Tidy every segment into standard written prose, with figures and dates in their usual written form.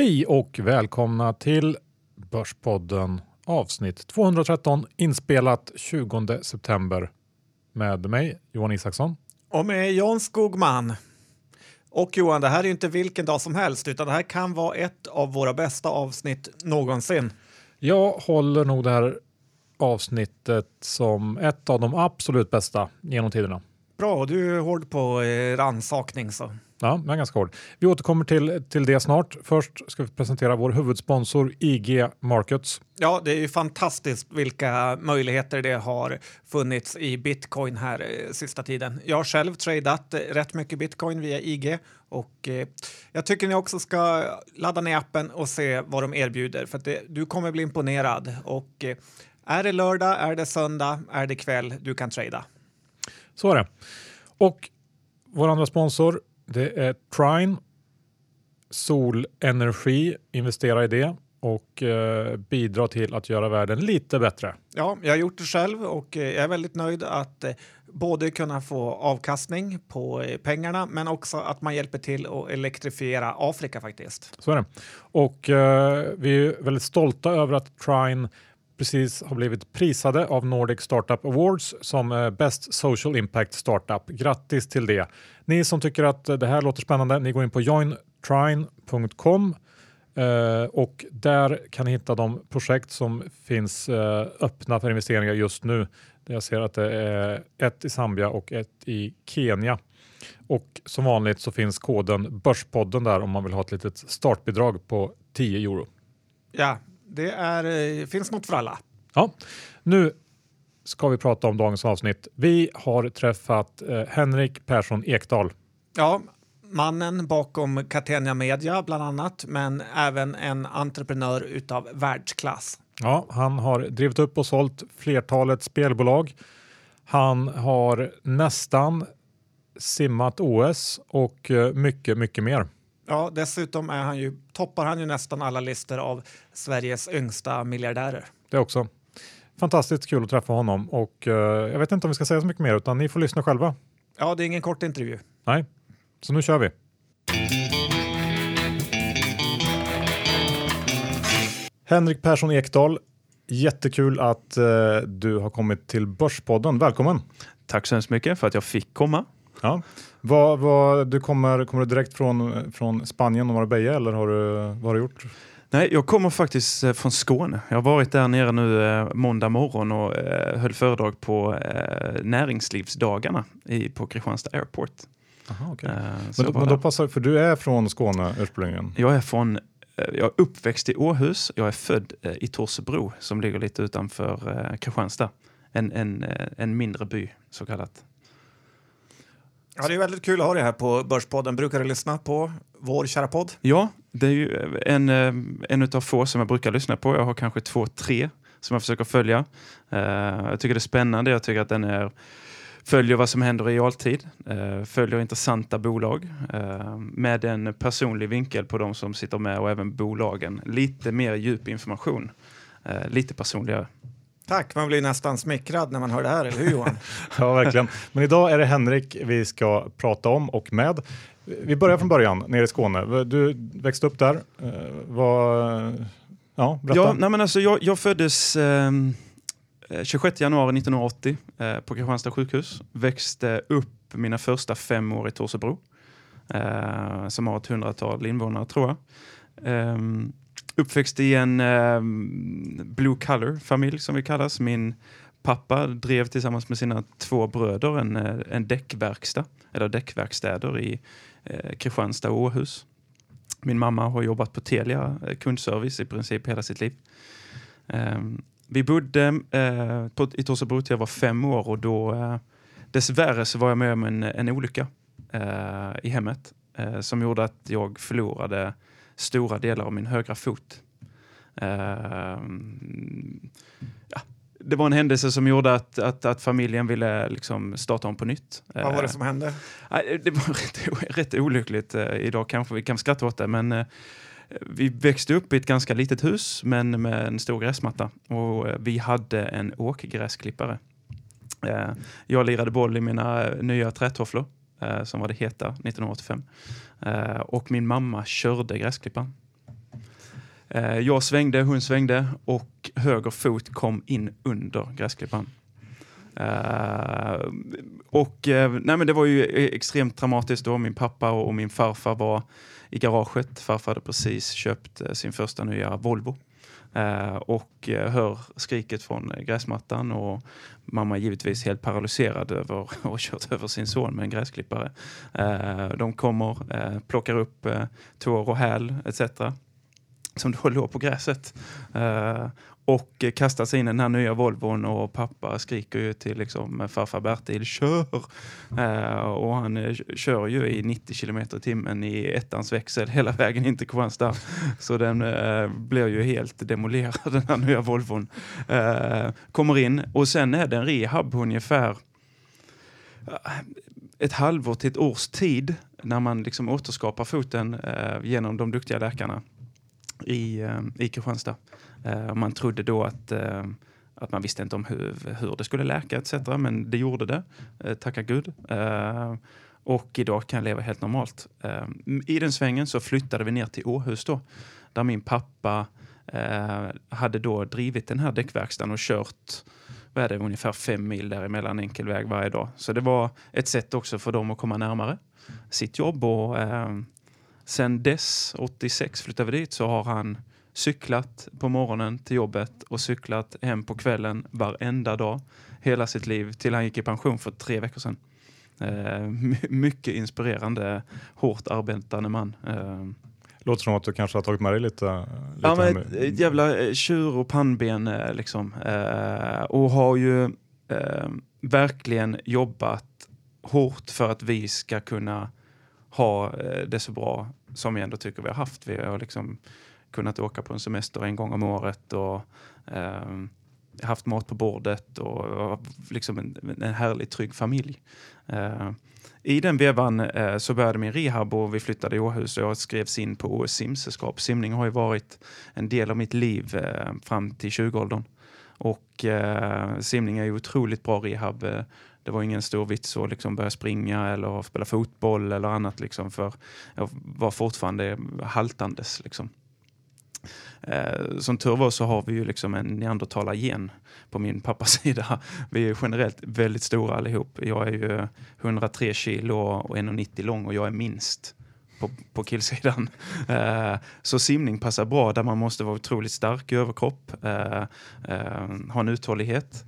Hej och välkomna till Börspodden avsnitt 213 inspelat 20 september med mig Johan Isaksson. Och med Jan Skogman. Och Johan, det här är ju inte vilken dag som helst utan det här kan vara ett av våra bästa avsnitt någonsin. Jag håller nog det här avsnittet som ett av de absolut bästa genom tiderna. Bra, du är hård på rannsakning så. Ja, men ganska hård. Vi återkommer till det snart. Först ska vi presentera vår huvudsponsor IG Markets. Ja, det är ju fantastiskt vilka möjligheter det har funnits i Bitcoin här sista tiden. Jag har själv tradat rätt mycket Bitcoin via IG och jag tycker ni också ska ladda ner appen och se vad de erbjuder för att du kommer bli imponerad. Och är det lördag, är det söndag, är det kväll, du kan trada. Så är det. Och vår andra sponsor, det är Trine. Solenergi, investera i det och bidra till att göra världen lite bättre. Ja, jag har gjort det själv och jag är väldigt nöjd att både kunna få avkastning på pengarna men också att man hjälper till att elektrifiera Afrika faktiskt. Så är det. Och vi är väldigt stolta över att Trine precis har blivit prisade av Nordic Startup Awards som Best Social Impact Startup. Grattis till det. Ni som tycker att det här låter spännande, ni går in på jointrine.com och där kan ni hitta de projekt som finns öppna för investeringar just nu. Jag ser att det är ett i Zambia och ett i Kenya. Och som vanligt så finns koden Börspodden där om man vill ha ett litet startbidrag på 10 euro. Ja, det finns något för alla. Ja, nu ska vi prata om dagens avsnitt. Vi har träffat Henrik Persson Ekdahl. Ja, mannen bakom Catena Media bland annat, men även en entreprenör utav världsklass. Ja, han har drivit upp och sålt flertalet spelbolag. Han har nästan simmat OS och mycket, mycket mer. Ja, dessutom toppar han ju nästan alla listor av Sveriges yngsta miljardärer. Det är också fantastiskt kul att träffa honom och jag vet inte om vi ska säga så mycket mer utan ni får lyssna själva. Ja, det är ingen kort intervju. Nej, så nu kör vi. Henrik Persson Ekdahl, jättekul att du har kommit till Börspodden. Välkommen! Tack så hemskt mycket för att jag fick komma. Ja. Du kommer du direkt från Spanien och Marbella eller vad har du gjort? Nej, jag kommer faktiskt från Skåne. Jag har varit där nere nu måndag morgon och höll föredrag på näringslivsdagarna på Kristianstad Airport. Aha, okay. Men då passar, för du är från Skåne ursprungligen? Jag är uppväxt i Åhus. Jag är född i Torsebro som ligger lite utanför Kristianstad. En mindre by så kallat. Ja, det är väldigt kul att ha det här på Börspodden. Brukar du lyssna på vår kära podd? Ja, det är ju en utav få som jag brukar lyssna på. Jag har kanske 2-3 som jag försöker följa. Jag tycker det är spännande. Jag tycker att den följer vad som händer i realtid. Följer intressanta bolag. Med en personlig vinkel på de som sitter med och även bolagen. Lite mer djup information. Lite personligare. Tack, man blir nästan smickrad när man hör det här, eller hur Johan? Ja, verkligen. Men idag är det Henrik vi ska prata om och med. Vi börjar från början, nere i Skåne. Du växte upp där. Berätta. Ja, nej men alltså jag föddes 26 januari 1980 på Kristianstad sjukhus. Växte upp mina första 5 år i Torsebro. Som har ett 100-tal invånare, tror jag. Uppväxt i en blue collar familj som vi kallas. Min pappa drev tillsammans med sina 2 bröder en däckverkstad eller däckverkstäder i Kristianstad och Åhus. Min mamma har jobbat på Telia kundservice i princip hela sitt liv. Vi bodde i Torsebro till jag var 5 år och då dessvärre så var jag med om en olycka i hemmet som gjorde att jag förlorade stora delar av min högra fot. Det var en händelse som gjorde att familjen ville liksom starta om på nytt. Vad var det som hände? Det var rätt olyckligt. Idag kanske vi kan skratta åt det, men vi växte upp i ett ganska litet hus men med en stor gräsmatta. Och vi hade en åkgräsklippare. Jag lirade boll i mina nya trätofflor som var det heta 1985. Och min mamma körde gräsklipparen. Jag svängde, hon svängde och höger fot kom in under gräsklippan. Nej, men det var ju extremt traumatiskt då. Min pappa och min farfar var i garaget. Farfar hade precis köpt sin första nya Volvo. Och hör skriket från gräsmattan och mamma givetvis helt paralyserad över att ha kört över sin son med en gräsklippare. De kommer, plockar upp tår och häl etc. som då låg på gräset. Och kastar sig in i den här nya Volvon och pappa skriker ju till liksom farfar Bertil, kör! Och han kör ju i 90 km/h i ettans växel hela vägen in till Kristianstad. Så den blir ju helt demolerad, den här nya Volvon. Kommer in och sen är det en rehab ungefär ett halvår till ett års tid när man liksom återskapar foten genom de duktiga läkarna i Kristianstad. Man trodde då att man visste inte om hur det skulle läka etc. Men det gjorde det, tacka Gud. Och idag kan jag leva helt normalt. I den svängen så flyttade vi ner till Åhus då. Där min pappa hade då drivit den här däckverkstaden och kört ungefär 5 mil däremellan enkel väg varje dag. Så det var ett sätt också för dem att komma närmare sitt jobb. Och sen dess, 86 flyttade vi dit, så har han cyklat på morgonen till jobbet och cyklat hem på kvällen varenda dag hela sitt liv till han gick i pension för 3 veckor sedan. Mycket inspirerande, hårt arbetande man. Låter som att du kanske har tagit med dig lite ja, men ett jävla tjur och pannben liksom. Och har ju verkligen jobbat hårt för att vi ska kunna ha det så bra som vi ändå tycker vi har haft. Vi har liksom kunnat åka på en semester en gång om året och haft mat på bordet och liksom en härlig, trygg familj. I den vevan så började min rehab och vi flyttade i Åhus och jag skrevs in på Åhus simsällskap. Simning har ju varit en del av mitt liv fram till 20-åldern. Och simning är ju otroligt bra rehab. Det var ingen stor vits att liksom börja springa eller spela fotboll eller annat liksom, för jag var fortfarande haltandes liksom. Som tur var så har vi ju liksom en neandertalargen på min pappas sida. Vi är generellt väldigt stora allihop. Jag är ju 103 kilo och 1,90 lång och jag är minst på killsidan. Så simning passar bra där man måste vara otroligt stark i överkropp. Ha en uthållighet.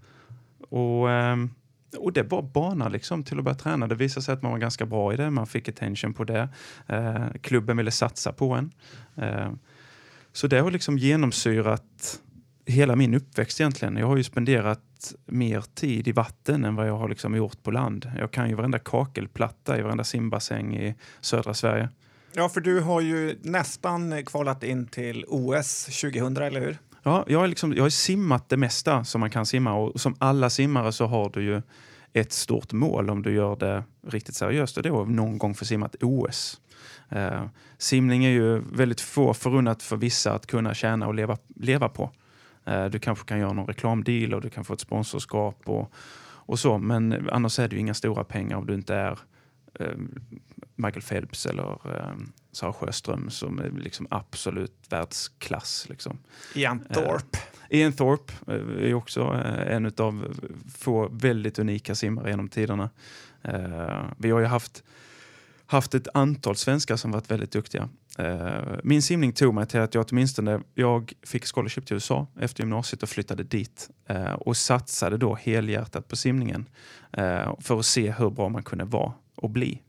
Och det var bana liksom till att börja träna. Det visade sig att man var ganska bra i det. Man fick attention på det. Klubben ville satsa på en. Så det har liksom genomsyrat hela min uppväxt egentligen. Jag har ju spenderat mer tid i vatten än vad jag har liksom gjort på land. Jag kan ju varenda kakelplatta i varenda simbassäng i södra Sverige. Ja, för du har ju nästan kvalat in till OS 2000, eller hur? Ja, jag har simmat det mesta som man kan simma. Och som alla simmare så har du ju ett stort mål om du gör det riktigt seriöst. Och det var någon gång för simmat OS. Simning är ju väldigt få förunnat för vissa att kunna tjäna och leva på. Du kanske kan göra någon reklamdeal och du kan få ett sponsorskap och så. Men annars är det ju inga stora pengar om du inte är Michael Phelps eller Sara Sjöström som är liksom absolut världsklass. Liksom. Ian Thorpe. Ian Thorpe är också en av få väldigt unika simmare genom tiderna. Vi har ju haft ett antal svenskar som varit väldigt duktiga. Min simning tog mig till att jag fick scholarship till USA efter gymnasiet och flyttade dit. Och satsade då helhjärtat på simningen. För att se hur bra man kunde vara och bli.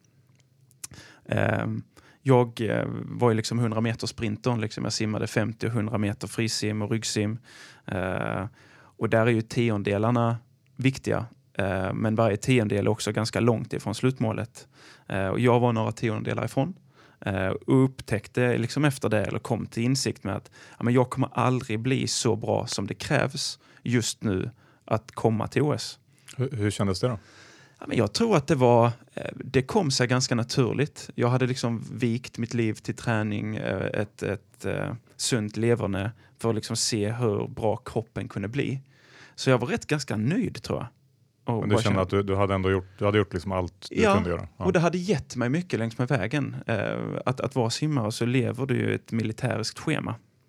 Jag var ju liksom 100 meter sprintern. Liksom. Jag simmade 50 och 100 meter frisim och ryggsim. Och där är ju tiondelarna viktiga. Men varje tiondel är också ganska långt ifrån slutmålet. Och jag var några tiondelar ifrån. Och upptäckte liksom efter det, eller kom till insikt med att men jag kommer aldrig bli så bra som det krävs just nu att komma till OS. Hur kändes det då? Men jag tror att det kom sig ganska naturligt. Jag hade liksom vikt mitt liv till träning, ett sunt leverne för att liksom se hur bra kroppen kunde bli. Så jag var ganska nöjd, tror jag. Men du kände att du hade gjort liksom allt du kunde göra? Ja, och det hade gett mig mycket längs med vägen. Att vara simmare så lever du ju ett militäriskt schema.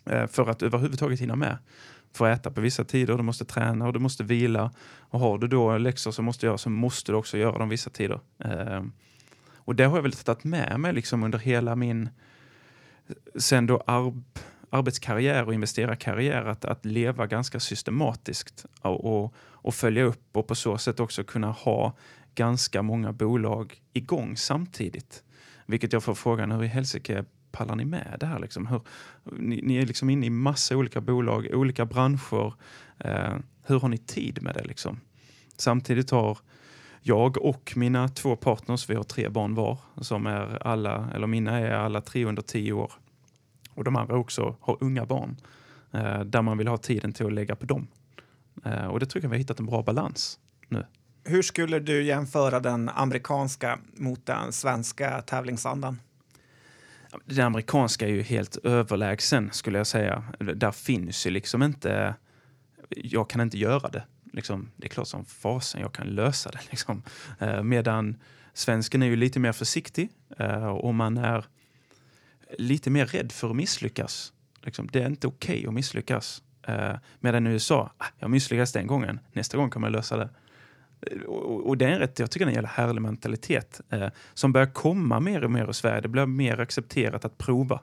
för att överhuvudtaget hinna med. Får äta på vissa tider, du måste träna och du måste vila. Och har du då läxor som måste göra, så måste du också göra dem vissa tider. Och det har jag väl tagit med mig liksom under hela min sen då arbetskarriär och investerarkarriär, att leva ganska systematiskt och följa upp, och på så sätt också kunna ha ganska många bolag igång samtidigt. Vilket jag får frågan, hur i helsike pallar ni med det här? Liksom? Ni är liksom inne i massa olika bolag, olika branscher. Hur har ni tid med det? Liksom? Samtidigt har jag och mina 2 partners, vi har 3 barn var, som är alla, eller mina är alla 3 under 10 år. Och de andra också har unga barn. Där man vill ha tiden till att lägga på dem. Och det tycker jag vi har hittat en bra balans nu. Hur skulle du jämföra den amerikanska mot den svenska tävlingsandan? Den amerikanska är ju helt överlägsen, skulle jag säga. Där finns ju liksom inte... Jag kan inte göra det. Liksom, det är klart som fasen jag kan lösa det. Liksom. Medan svensken är ju lite mer försiktig. Och man är lite mer rädd för att misslyckas. Liksom, det är inte okej att misslyckas. Medan i USA, jag misslyckas den gången. Nästa gång kommer jag lösa det. Och det är rätt, jag tycker det är en jävla härlig mentalitet som börjar komma mer och mer i Sverige. Det blir mer accepterat att prova.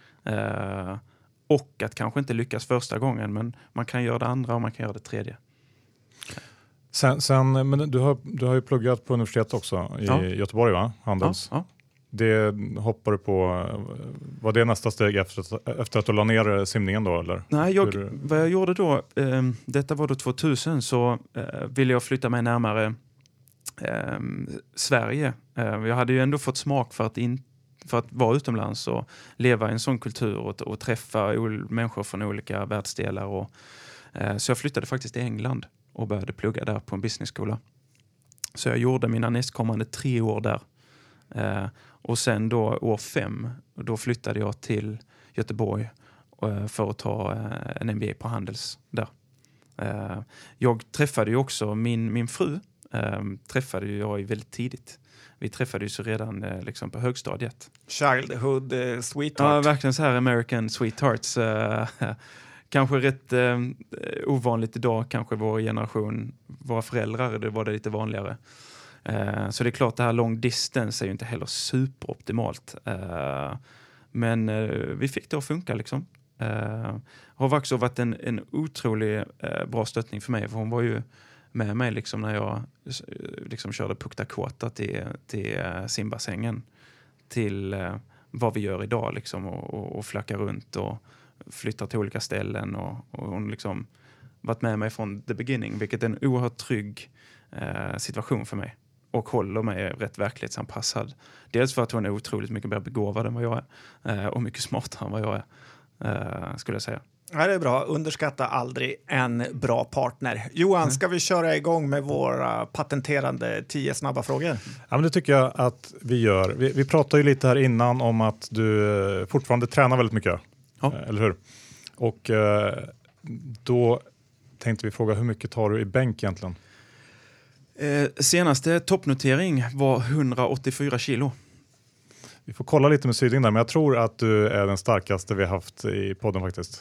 Och att kanske inte lyckas första gången, men man kan göra det andra och man kan göra det tredje. Men du har ju pluggat på universitet också i Göteborg, va? Handels. Ja. Det hoppar du på. Var det nästa steg efter att du la ner simningen då? Eller? Nej, vad jag gjorde då, detta var då 2000, så ville jag flytta mig närmare Sverige. Jag hade ju ändå fått smak för att vara utomlands och leva i en sån kultur och träffa människor från olika världsdelar. Så jag flyttade faktiskt till England och började plugga där på en businessskola. Så jag gjorde mina nästkommande 3 år där. Och sen då år 5, då flyttade jag till Göteborg för att ta en MBA på Handels där. Jag träffade ju också min fru, träffade ju jag väldigt tidigt. Vi träffades ju redan liksom på högstadiet. Childhood sweetheart. Ja, verkligen så här American sweethearts. Kanske rätt ovanligt idag, kanske vår generation, våra föräldrar, det var det lite vanligare. Så det är klart, det här long distance är ju inte heller superoptimalt. Men vi fick det att funka liksom. Har också varit en otrolig bra stöttning för mig. För hon var ju med mig liksom när jag liksom körde Puktakota till simbassängen. Till vad vi gör idag liksom. Och flackar runt och flyttar till olika ställen. Och hon liksom varit med mig från the beginning. Vilket är en oerhört trygg situation för mig. Och håller mig rätt verklighetsanpassad. Dels för att hon är otroligt mycket mer begåvad än vad jag är. Och mycket smartare än vad jag är, skulle jag säga. Ja, det är bra. Underskatta aldrig en bra partner. Johan, ska vi köra igång med våra patenterande 10 snabba frågor? Ja, men det tycker jag att vi gör. Vi pratade ju lite här innan om att du fortfarande tränar väldigt mycket. Ja. Eller hur? Och då tänkte vi fråga, hur mycket tar du i bänk egentligen? Senaste toppnotering var 184 kilo. Vi får kolla lite med Syding där, men jag tror att du är den starkaste vi har haft i podden faktiskt.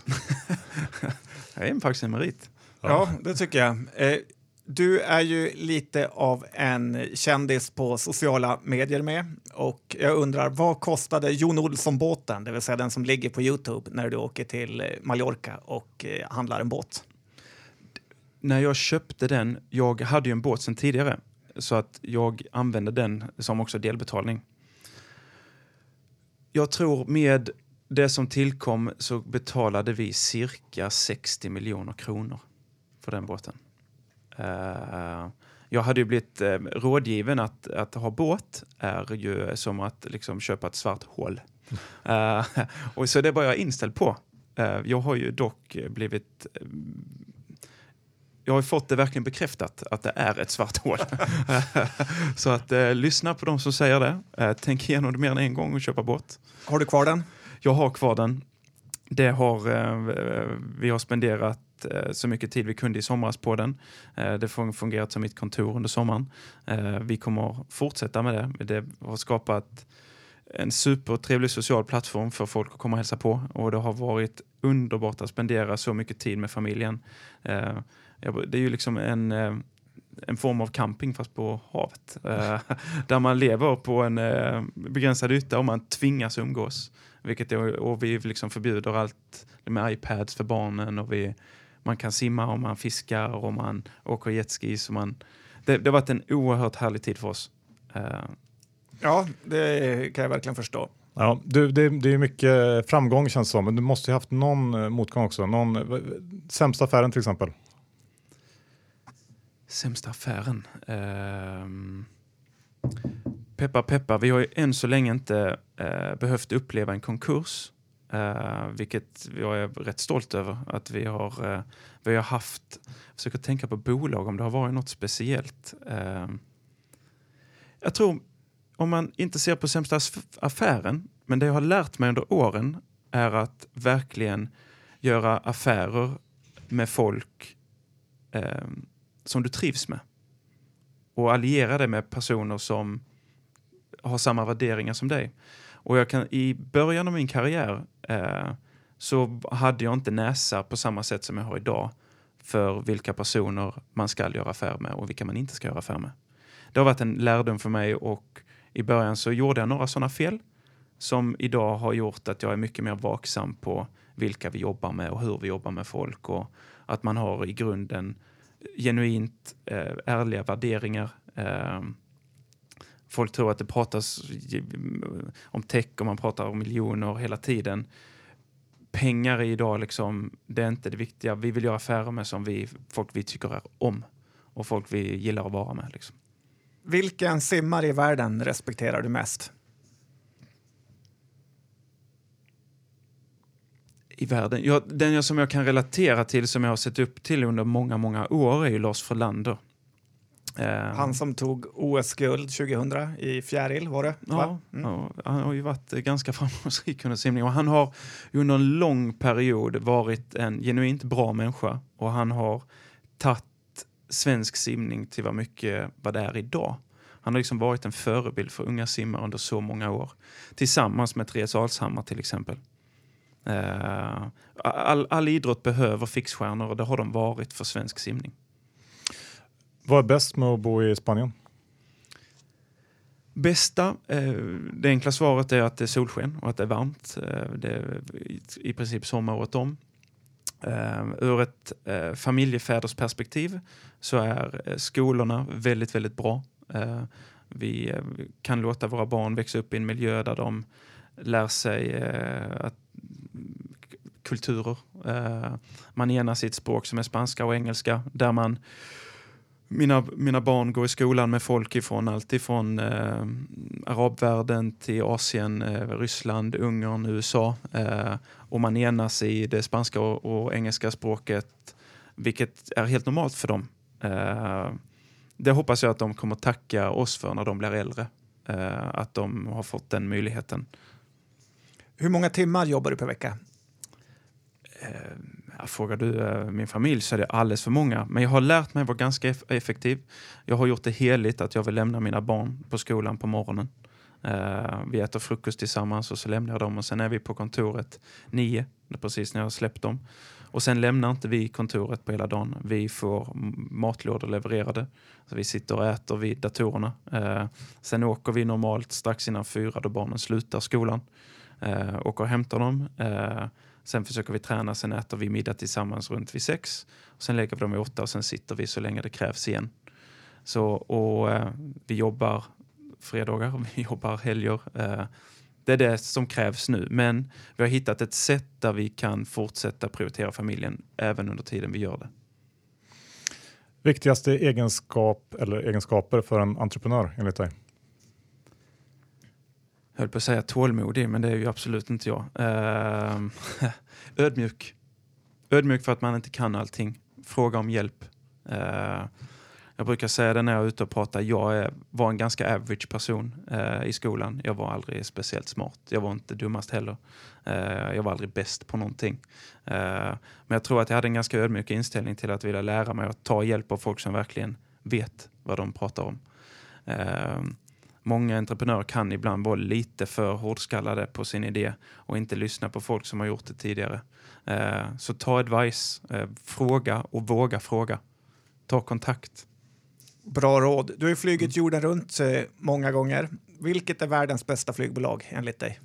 Det är faktiskt en merit. Ja, det tycker jag. Du är ju lite av en kändis på sociala medier med. Och jag undrar, vad kostade Jon Olsson-båten, det vill säga den som ligger på YouTube, när du åker till Mallorca och handlar en båt? När jag köpte den, jag hade ju en båt sedan tidigare. Så att jag använde den som också delbetalning. Jag tror med det som tillkom så betalade vi cirka 60 miljoner kronor för den båten. Jag hade ju blivit rådgiven att ha båt är ju som att liksom köpa ett svart hål. Och så det var jag inställd på. Jag har ju dock blivit... Jag har fått det verkligen bekräftat att det är ett svart hål. Så att lyssna på de som säger det. Tänk igenom det mer än en gång och köpa båt. Har du kvar den? Jag har kvar den. Vi har spenderat så mycket tid vi kunde i somras på den. Det har fungerat som mitt kontor under sommaren. Vi kommer fortsätta med det. Det har skapat en supertrevlig social plattform för folk att komma och hälsa på. Och det har varit underbart att spendera så mycket tid med familjen. Det är ju liksom en form av camping fast på havet. Där man lever på en begränsad yta och man tvingas umgås. Och vi liksom förbjuder allt med iPads för barnen och man kan simma och man fiskar och man åker jetskis. Det har varit en oerhört härlig tid för oss. Ja, det kan jag verkligen förstå. Ja, det är mycket framgång känns som, men du måste ju haft någon motgång också. Sämsta affären till exempel. Sämsta affären. Peppar. Vi har ju än så länge inte behövt uppleva en konkurs. Vilket jag är rätt stolt över. Att vi har haft... Jag försöker tänka på bolag om det har varit något speciellt. Jag tror, om man inte ser på sämsta affären, men det jag har lärt mig under åren är att verkligen göra affärer med folk som du trivs med. Och alliera det med personer som har samma värderingar som dig. Och i början av min karriär så hade jag inte näsa på samma sätt som jag har idag för vilka personer man ska göra affär med och vilka man inte ska göra affär med. Det har varit en lärdom för mig och i början så gjorde jag några sådana fel som idag har gjort att jag är mycket mer vaksam på vilka vi jobbar med och hur vi jobbar med folk och att man har i grunden genuint ärliga värderingar. Folk tror att det pratas om tech och man pratar om miljoner hela tiden. Pengar är idag liksom, det är inte det viktiga. Vi vill göra affärer med folk vi tycker är om och folk vi gillar att vara med. Liksom. Vilken simmare i världen respekterar du mest? I världen? Den som jag kan relatera till, som jag har sett upp till under många, många år är ju Lars Frölander. Han som tog OS-guld 2000 i fjäril, var det? Ja, han har ju varit ganska framgångsrik under simning. Och han har under en lång period varit en genuint bra människa. Och han har tagit svensk simning till vad det är idag. Han har liksom varit en förebild för unga simmare under så många år. Tillsammans med Therese Alshammar till exempel. All idrott behöver fixstjärnor och det har de varit för svensk simning. Vad är bäst med att bo i Spanien? Bästa, det enkla svaret är att det är solsken och att det är varmt. Det är i princip sommaråret om. Ur ett familjefädersperspektiv så är skolorna väldigt, väldigt bra. Vi kan låta våra barn växa upp i en miljö där de lär sig kulturer. Man enar sitt språk som är spanska och engelska. Där mina barn går i skolan med folk ifrån allt ifrån arabvärlden till Asien, Ryssland, Ungern, USA. Och man enas i det spanska och engelska språket, vilket är helt normalt för dem. Det hoppas jag att de kommer tacka oss för när de blir äldre. Att de har fått den möjligheten. Hur många timmar jobbar du per vecka? Frågar du min familj så är det alldeles för många. Men jag har lärt mig att vara ganska effektiv. Jag har gjort det heligt att jag vill lämna mina barn på skolan på morgonen. Vi äter frukost tillsammans och så lämnar jag dem. Och sen är vi på kontoret 9, precis när jag har släppt dem. Och sen lämnar inte vi kontoret på hela dagen. Vi får matlådor levererade. Så vi sitter och äter vid datorerna. Sen åker vi normalt strax innan 4 då barnen slutar skolan. Åker och hämtar dem. Sen försöker vi träna, sen äter vi middag tillsammans runt vid 6. Sen lägger vi dem i 8 och sen sitter vi så länge det krävs igen. Vi jobbar fredagar, vi jobbar helger. Det är det som krävs nu. Men vi har hittat ett sätt där vi kan fortsätta prioritera familjen även under tiden vi gör det. Viktigaste egenskaper för en entreprenör enligt dig? Jag höll på att säga tålmodig, men det är ju absolut inte jag. Ödmjuk. Ödmjuk för att man inte kan allting. Fråga om hjälp. Jag brukar säga det när jag är ute och pratar. Jag var en ganska average person i skolan. Jag var aldrig speciellt smart. Jag var inte dummast heller. Jag var aldrig bäst på någonting. Men jag tror att jag hade en ganska ödmjuk inställning till att vilja lära mig att ta hjälp av folk som verkligen vet vad de pratar om. många entreprenörer kan ibland vara lite för hårdskallade på sin idé och inte lyssna på folk som har gjort det tidigare. Så ta advice, fråga och våga fråga. Ta kontakt. Bra råd. Du har ju flugit jorden runt många gånger. Vilket är världens bästa flygbolag enligt dig?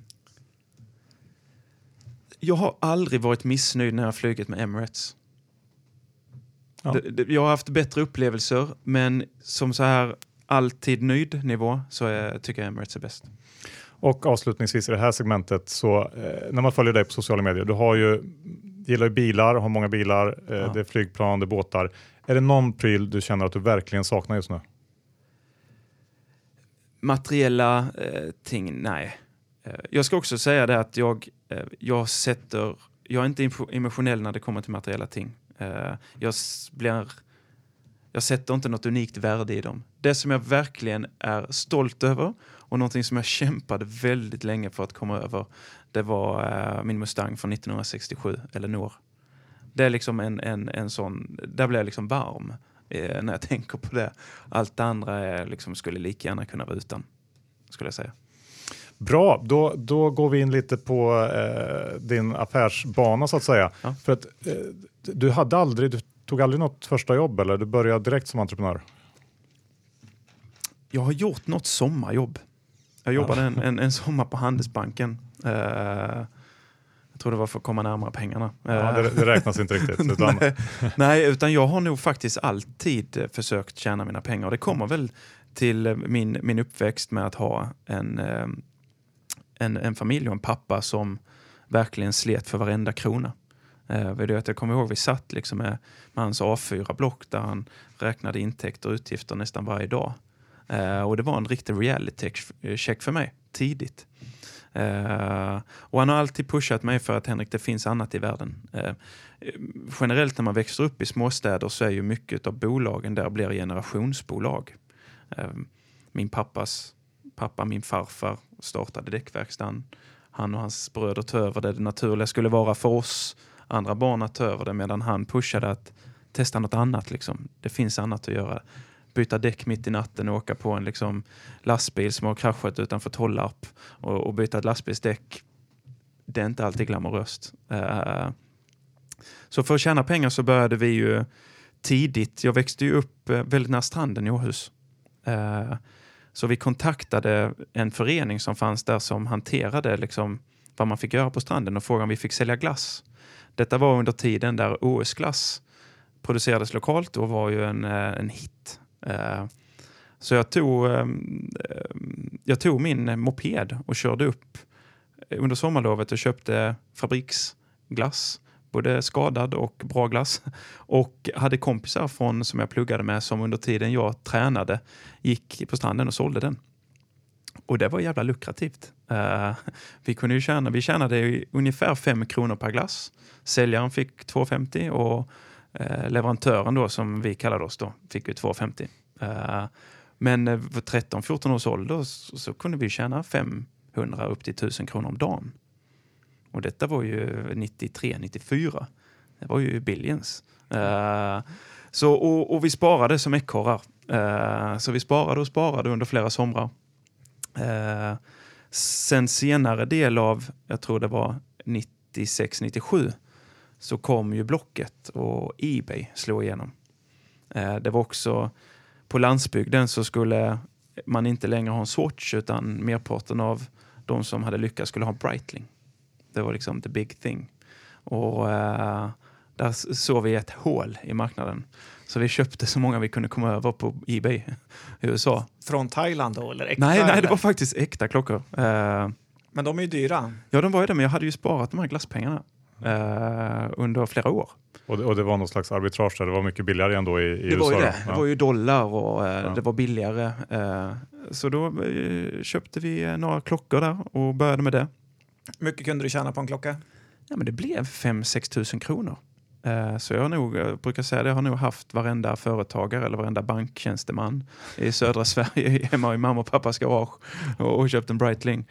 Jag har aldrig varit missnöjd när jag har flugit med Emirates. Ja. Jag har haft bättre upplevelser, men som så här alltid nöjd nivå så tycker jag Emirates är bäst. Och avslutningsvis i det här segmentet så när man följer dig på sociala medier, du gillar ju bilar, har många bilar, det är flygplan, det är båtar. Är det någon pryl du känner att du verkligen saknar just nu? Materiella ting, nej. Jag ska också säga det att jag är inte emotionell när det kommer till materiella ting. Jag sätter inte något unikt värde i dem. Det som jag verkligen är stolt över och någonting som jag kämpade väldigt länge för att komma över, det var min Mustang från 1967, Eleanor. Det är liksom en sån, där blir jag liksom varm när jag tänker på det. Allt det andra är liksom, skulle lika gärna kunna vara utan, skulle jag säga. Bra, då går vi in lite på din affärsbana så att säga. Ja. För att du tog aldrig något första jobb eller du började direkt som entreprenör? Jag har gjort något sommarjobb. Jag jobbade en sommar på Handelsbanken. Jag tror det var för att komma närmare pengarna. Ja, det räknas inte riktigt. Utan... Nej, utan jag har nog faktiskt alltid försökt tjäna mina pengar. Det kommer väl till min uppväxt med att ha en familj och en pappa som verkligen slet för varenda krona. Jag kommer ihåg vi satt liksom med hans A4-block där han räknade intäkter och utgifter nästan varje dag. Och det var en riktig reality-check för mig tidigt. Och han har alltid pushat mig för att Henrik, det finns annat i världen. Generellt när man växer upp i småstäder så är ju mycket av bolagen där blir generationsbolag. Min min farfar startade däckverkstan. Han och hans bröder tog över det naturliga skulle vara för oss andra barn att ta över det, medan han pushade att testa något annat. Liksom. Det finns annat att göra. Byta däck mitt i natten och åka på en liksom, lastbil som har kraschat utanför Tollarp och byta ett lastbilsdäck. Det är inte alltid glamoröst. Så för att tjäna pengar så började vi ju tidigt. Jag växte ju upp väldigt nära stranden i Åhus. Så vi kontaktade en förening som fanns där som hanterade liksom, vad man fick göra på stranden och frågade om vi fick sälja glass. Detta var under tiden där OS-glass producerades lokalt och var ju en hit. Så jag tog min moped och körde upp under sommarlovet och köpte fabriksglass. Både skadad och bra glass. Och hade kompisar som jag pluggade med som under tiden jag tränade gick på stranden och sålde den. Och det var jävla lukrativt. Vi tjänade ungefär 5 kronor per glass. Säljaren fick 2,50 och leverantören då, som vi kallade oss då, fick ju 2,50. Men för 13-14 års ålder så kunde vi tjäna 500 upp till 1000 kronor om dagen. Och detta var ju 93-94. Det var ju billions. Och vi sparade som ekorrar. Så vi sparade under flera somrar. Sen senare del av, jag tror det var 96-97, så kom ju Blocket och eBay slå igenom. Det var också på landsbygden så skulle man inte längre ha en Swatch, utan merparten av de som hade lyckats skulle ha Breitling. Det var liksom the big thing. Och där såg vi ett hål i marknaden. Så vi köpte så många vi kunde komma över på eBay i USA. Från Thailand då? Eller äkta, nej, det var faktiskt äkta klockor. Men de är ju dyra. Ja, de var ju det, men jag hade ju sparat de här glasspengarna under flera år. Och det var någon slags arbitrage där det var mycket billigare ändå i det USA? Var ju det. Ja. Det var ju dollar och det var billigare. Så då köpte vi några klockor där och började med det. Mycket kunde du tjäna på en klocka? Ja, men det blev 5-6 tusen kronor. Så jag brukar säga det, jag har nog haft varenda företagare eller varenda banktjänsteman i södra Sverige hemma i mamma och pappas garage och köpt en Breitling.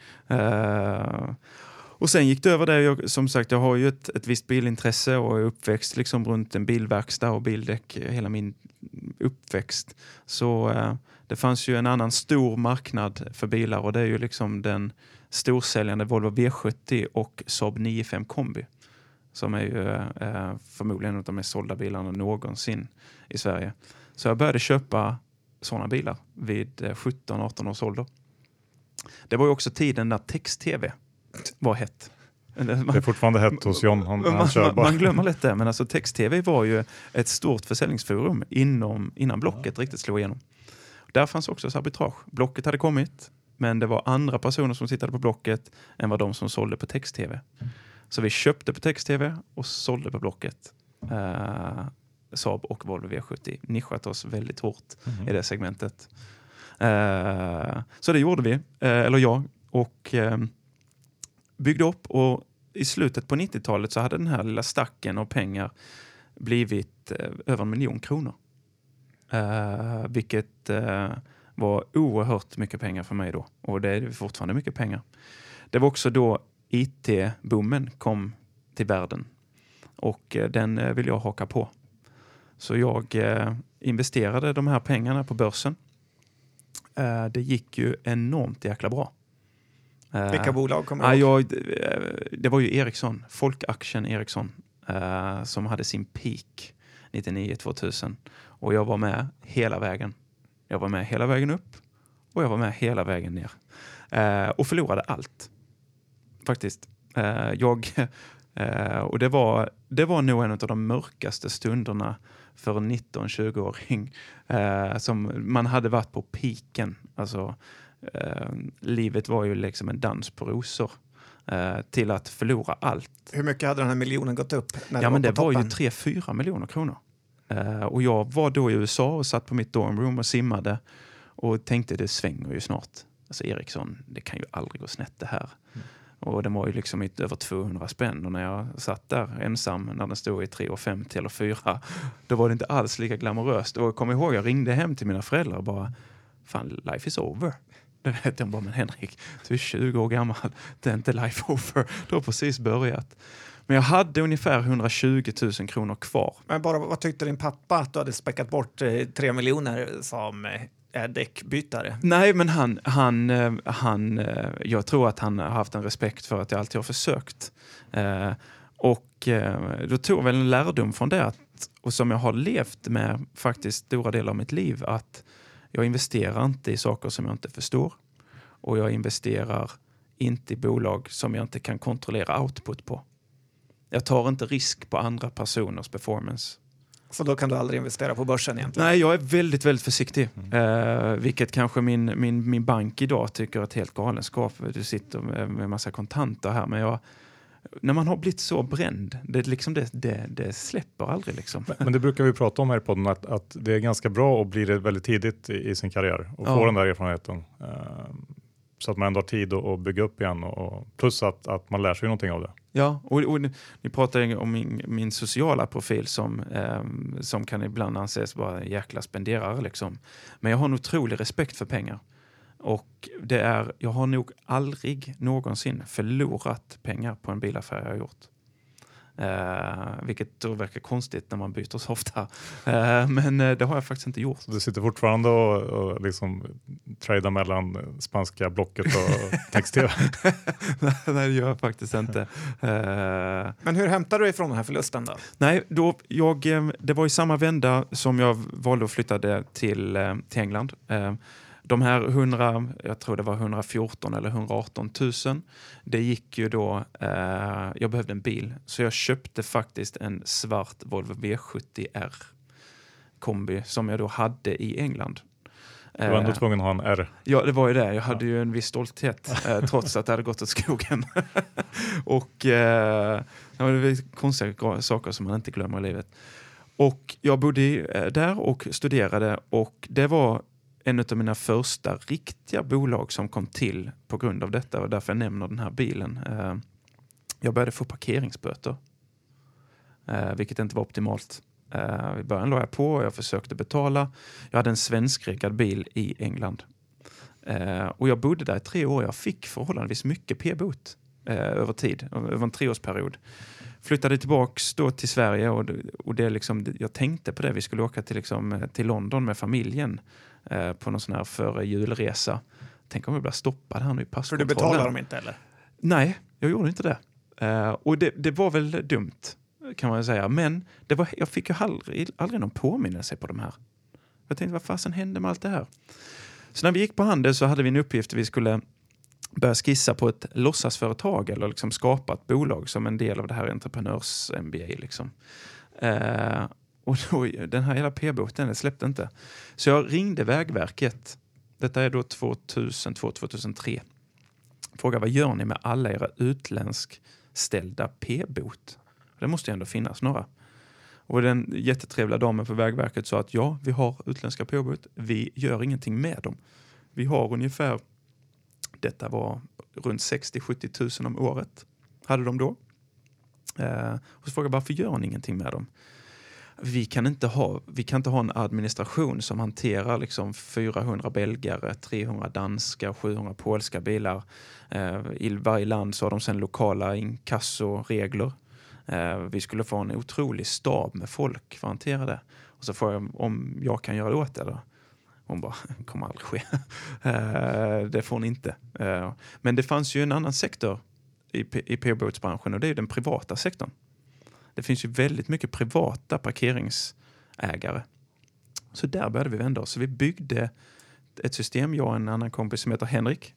Och sen gick det över det, som sagt, jag har ju ett visst bilintresse och är uppväxt liksom runt en bilverkstad och bildäck hela min uppväxt. Så det fanns ju en annan stor marknad för bilar och det är ju liksom den storsäljande Volvo V70 och Saab 9-5 kombi. Som är ju förmodligen en av de mest sålda bilarna någonsin i Sverige. Så jag började köpa sådana bilar vid 17-18 års ålder. Det var ju också tiden när text-tv var hett. Det är fortfarande hett hos John. Han kör bara. Man glömmer lätt det, men alltså text-tv var ju ett stort försäljningsforum innan Blocket riktigt slog igenom. Där fanns också arbitrage. Blocket hade kommit, men det var andra personer som tittade på Blocket än vad de som sålde på text-tv. Så vi köpte på text-tv och sålde på Blocket. Saab och Volvo V70 nischat oss väldigt hårt i det segmentet. Så det gjorde vi, eller jag, och byggde upp, och i slutet på 90-talet så hade den här lilla stacken av pengar blivit över 1 miljon kronor. Vilket var oerhört mycket pengar för mig då, och det är fortfarande mycket pengar. Det var också då IT-boomen kom till världen, och den vill jag haka på. Så jag investerade de här pengarna på börsen. Det gick ju enormt jäkla bra. Vilka bolag kommer ihåg? Det var ju Ericsson, Folkaktien Ericsson, som hade sin peak 99-2000. Och jag var med hela vägen. Jag var med hela vägen upp och jag var med hela vägen ner. Och förlorade allt. Faktiskt. Och det var nog en av de mörkaste stunderna för en 19-20-åring som man hade varit på piken. Alltså, livet var ju liksom en dans på rosor till att förlora allt. Hur mycket hade den här miljonen gått upp? Men det var ju 3-4 miljoner kronor. Och jag var då i USA och satt på mitt dormroom och simmade och tänkte det svänger ju snart. Alltså Ericsson, det kan ju aldrig gå snett det här. Och den var ju liksom över 200 spänn. Och när jag satt där ensam när den stod i 3,50 eller 4, då var det inte alls lika glamoröst. Och jag kommer ihåg, jag ringde hem till mina föräldrar och bara, fan, life is over. De bara, men Henrik, du är 20 år gammal. Det är inte life over. Du har precis börjat. Men jag hade ungefär 120 000 kronor kvar. Men bara, vad tyckte din pappa att du hade späckat bort 3 miljoner som däckbytare? Nej, men han jag tror att han har haft en respekt för att jag alltid har försökt. Och då tog jag väl en lärdom från det, och som jag har levt med faktiskt stora delar av mitt liv, att jag investerar inte i saker som jag inte förstår. Och jag investerar inte i bolag som jag inte kan kontrollera output på. Jag tar inte risk på andra personers performance. Så då kan du aldrig investera på börsen egentligen? Nej, jag är väldigt, väldigt försiktig. Vilket kanske min bank idag tycker är ett helt galenskap. Du sitter med massa kontanter här. Men när man har blivit så bränd, det släpper aldrig. Liksom. Men det brukar vi prata om här i podden, att det är ganska bra att bli det väldigt tidigt i sin karriär. Och få den där erfarenheten. Så att man ändå har tid att bygga upp igen. Och plus att man lär sig någonting av det. Ja, och ni pratar om min sociala profil som kan ibland anses vara en jäkla spenderare. Liksom. Men jag har en otrolig respekt för pengar. Och jag har nog aldrig någonsin förlorat pengar på en bilaffär jag har gjort. Vilket då verkar konstigt när man byter så ofta. Men det har jag faktiskt inte gjort. Så du sitter fortfarande och liksom tradar mellan spanska Blocket och text-tv? Nej, det gör jag faktiskt inte. Men hur hämtar du ifrån den här förlusten då? Nej, det var i samma vända som jag valde att flytta till England. De här jag tror det var 114 eller 118 000, det gick ju då, jag behövde en bil. Så jag köpte faktiskt en svart Volvo V70R kombi som jag då hade i England. Du var ändå tvungen att ha en R. Ja, det var ju det. Jag hade ju en viss stolthet trots att det hade gått åt skogen. Och det var konstiga saker som man inte glömmer i livet. Och jag bodde där och studerade, och det var en av mina första riktiga bolag som kom till på grund av detta, och därför jag nämner den här bilen. Jag började få parkeringsböter, vilket inte var optimalt. I början la jag på och jag försökte betala. Jag hade en svenskreggad bil i England. Och jag bodde där i 3 år. Jag fick förhållandevis mycket p-bot över tid, över en 3-årsperiod. Flyttade tillbaks då till Sverige och det liksom, jag tänkte på det. Vi skulle åka till London med familjen på någon sån här före julresa. Tänk om vi blir stoppade här nu i passkontrollen. För du betalar dem inte eller? Nej, jag gjorde inte det. Och det var väl dumt kan man säga. Men jag fick ju aldrig någon påminnelse på de här. Jag tänkte, vad fasen hände med allt det här? Så när vi gick på Handels så hade vi en uppgift. Vi skulle börja skissa på ett låtsasföretag eller liksom skapa ett bolag som en del av det här entreprenörs-MBA. Liksom. Och då, den här hela p-boten släppte inte. Så jag ringde Vägverket. Detta är då 2002-2003. Fråga, vad gör ni med alla era utländskställda p-bot? Det måste ju ändå finnas några. Och den jättetrevliga damen på Vägverket sa att ja, vi har utländska p-bot. Vi gör ingenting med dem. Vi har ungefär, detta var runt 60-70 000 om året. Hade de då. Och så frågade jag, varför gör ni ingenting med dem? Vi kan inte ha en administration som hanterar liksom 400 belgare, 300 danska, 700 polska bilar. I varje land så har de sen lokala inkassoregler. Vi skulle få en otrolig stab med folk för att hantera det. Och så får jag om jag kan göra det åt det då. Hon bara, kommer aldrig ske. Det får hon inte. Men det fanns ju en annan sektor i p-botsbranschen och det är den privata sektorn. Det finns ju väldigt mycket privata parkeringsägare. Så där började vi vända oss. Så vi byggde ett system, jag och en annan kompis som heter Henrik,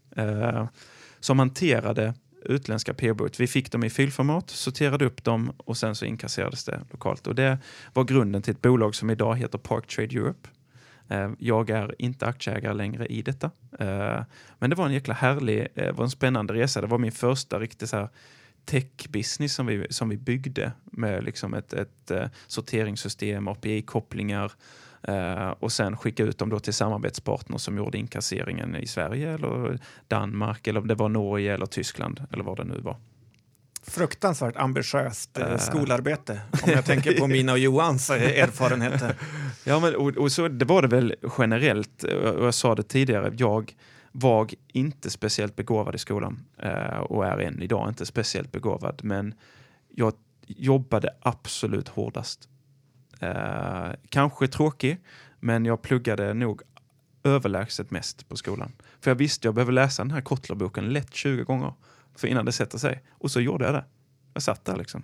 som hanterade utländska p-bot. Vi fick dem i filformat, sorterade upp dem och sen så inkasserades det lokalt. Och det var grunden till ett bolag som idag heter Park Trade Europe. Jag är inte aktieägare längre i detta. Men det var en jäkla härlig, var en spännande resa. Det var min första riktigt så här tech-business som vi byggde med liksom ett sorteringssystem, API-kopplingar och sen skicka ut dem då till samarbetspartner som gjorde inkasseringen i Sverige eller Danmark eller om det var Norge eller Tyskland eller vad det nu var. Fruktansvärt ambitiöst skolarbete om jag tänker på mina och Johans erfarenheter. Ja, men och så det var det väl generellt och jag sa det tidigare, jag var inte speciellt begåvad i skolan och är än idag inte speciellt begåvad, men jag jobbade absolut hårdast. Kanske tråkig, men jag pluggade nog överlägset mest på skolan. För jag visste jag behöver läsa den här Kotlerboken lätt 20 gånger för innan det sätter sig. Och så gjorde jag det. Jag satt där liksom.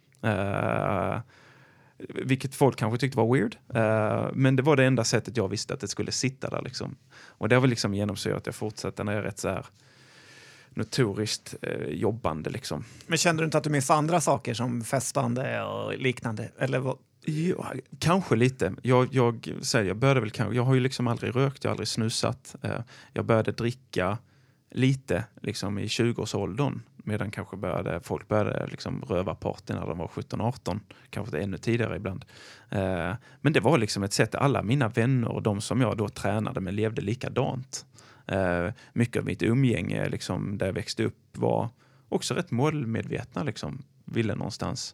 Vilket folk kanske tyckte var weird. Men det var det enda sättet jag visste att det skulle sitta där liksom. Och det var liksom genomsyrat att jag fortsatte när jag är rätt så här notoriskt jobbande liksom. Men kände du inte att du missade andra saker som festande och liknande? Eller vad? Ja, kanske lite. Jag började väl kanske, jag har ju liksom aldrig rökt, jag har aldrig snusat. Jag började dricka lite liksom i 20-årsåldern medan kanske folk började liksom röva party när de var 17-18, kanske ännu tidigare ibland. Men det var liksom ett sätt, alla mina vänner och de som jag då tränade med levde likadant. Mycket av mitt umgänge liksom, där jag växte upp var också rätt målmedvetna liksom, ville någonstans.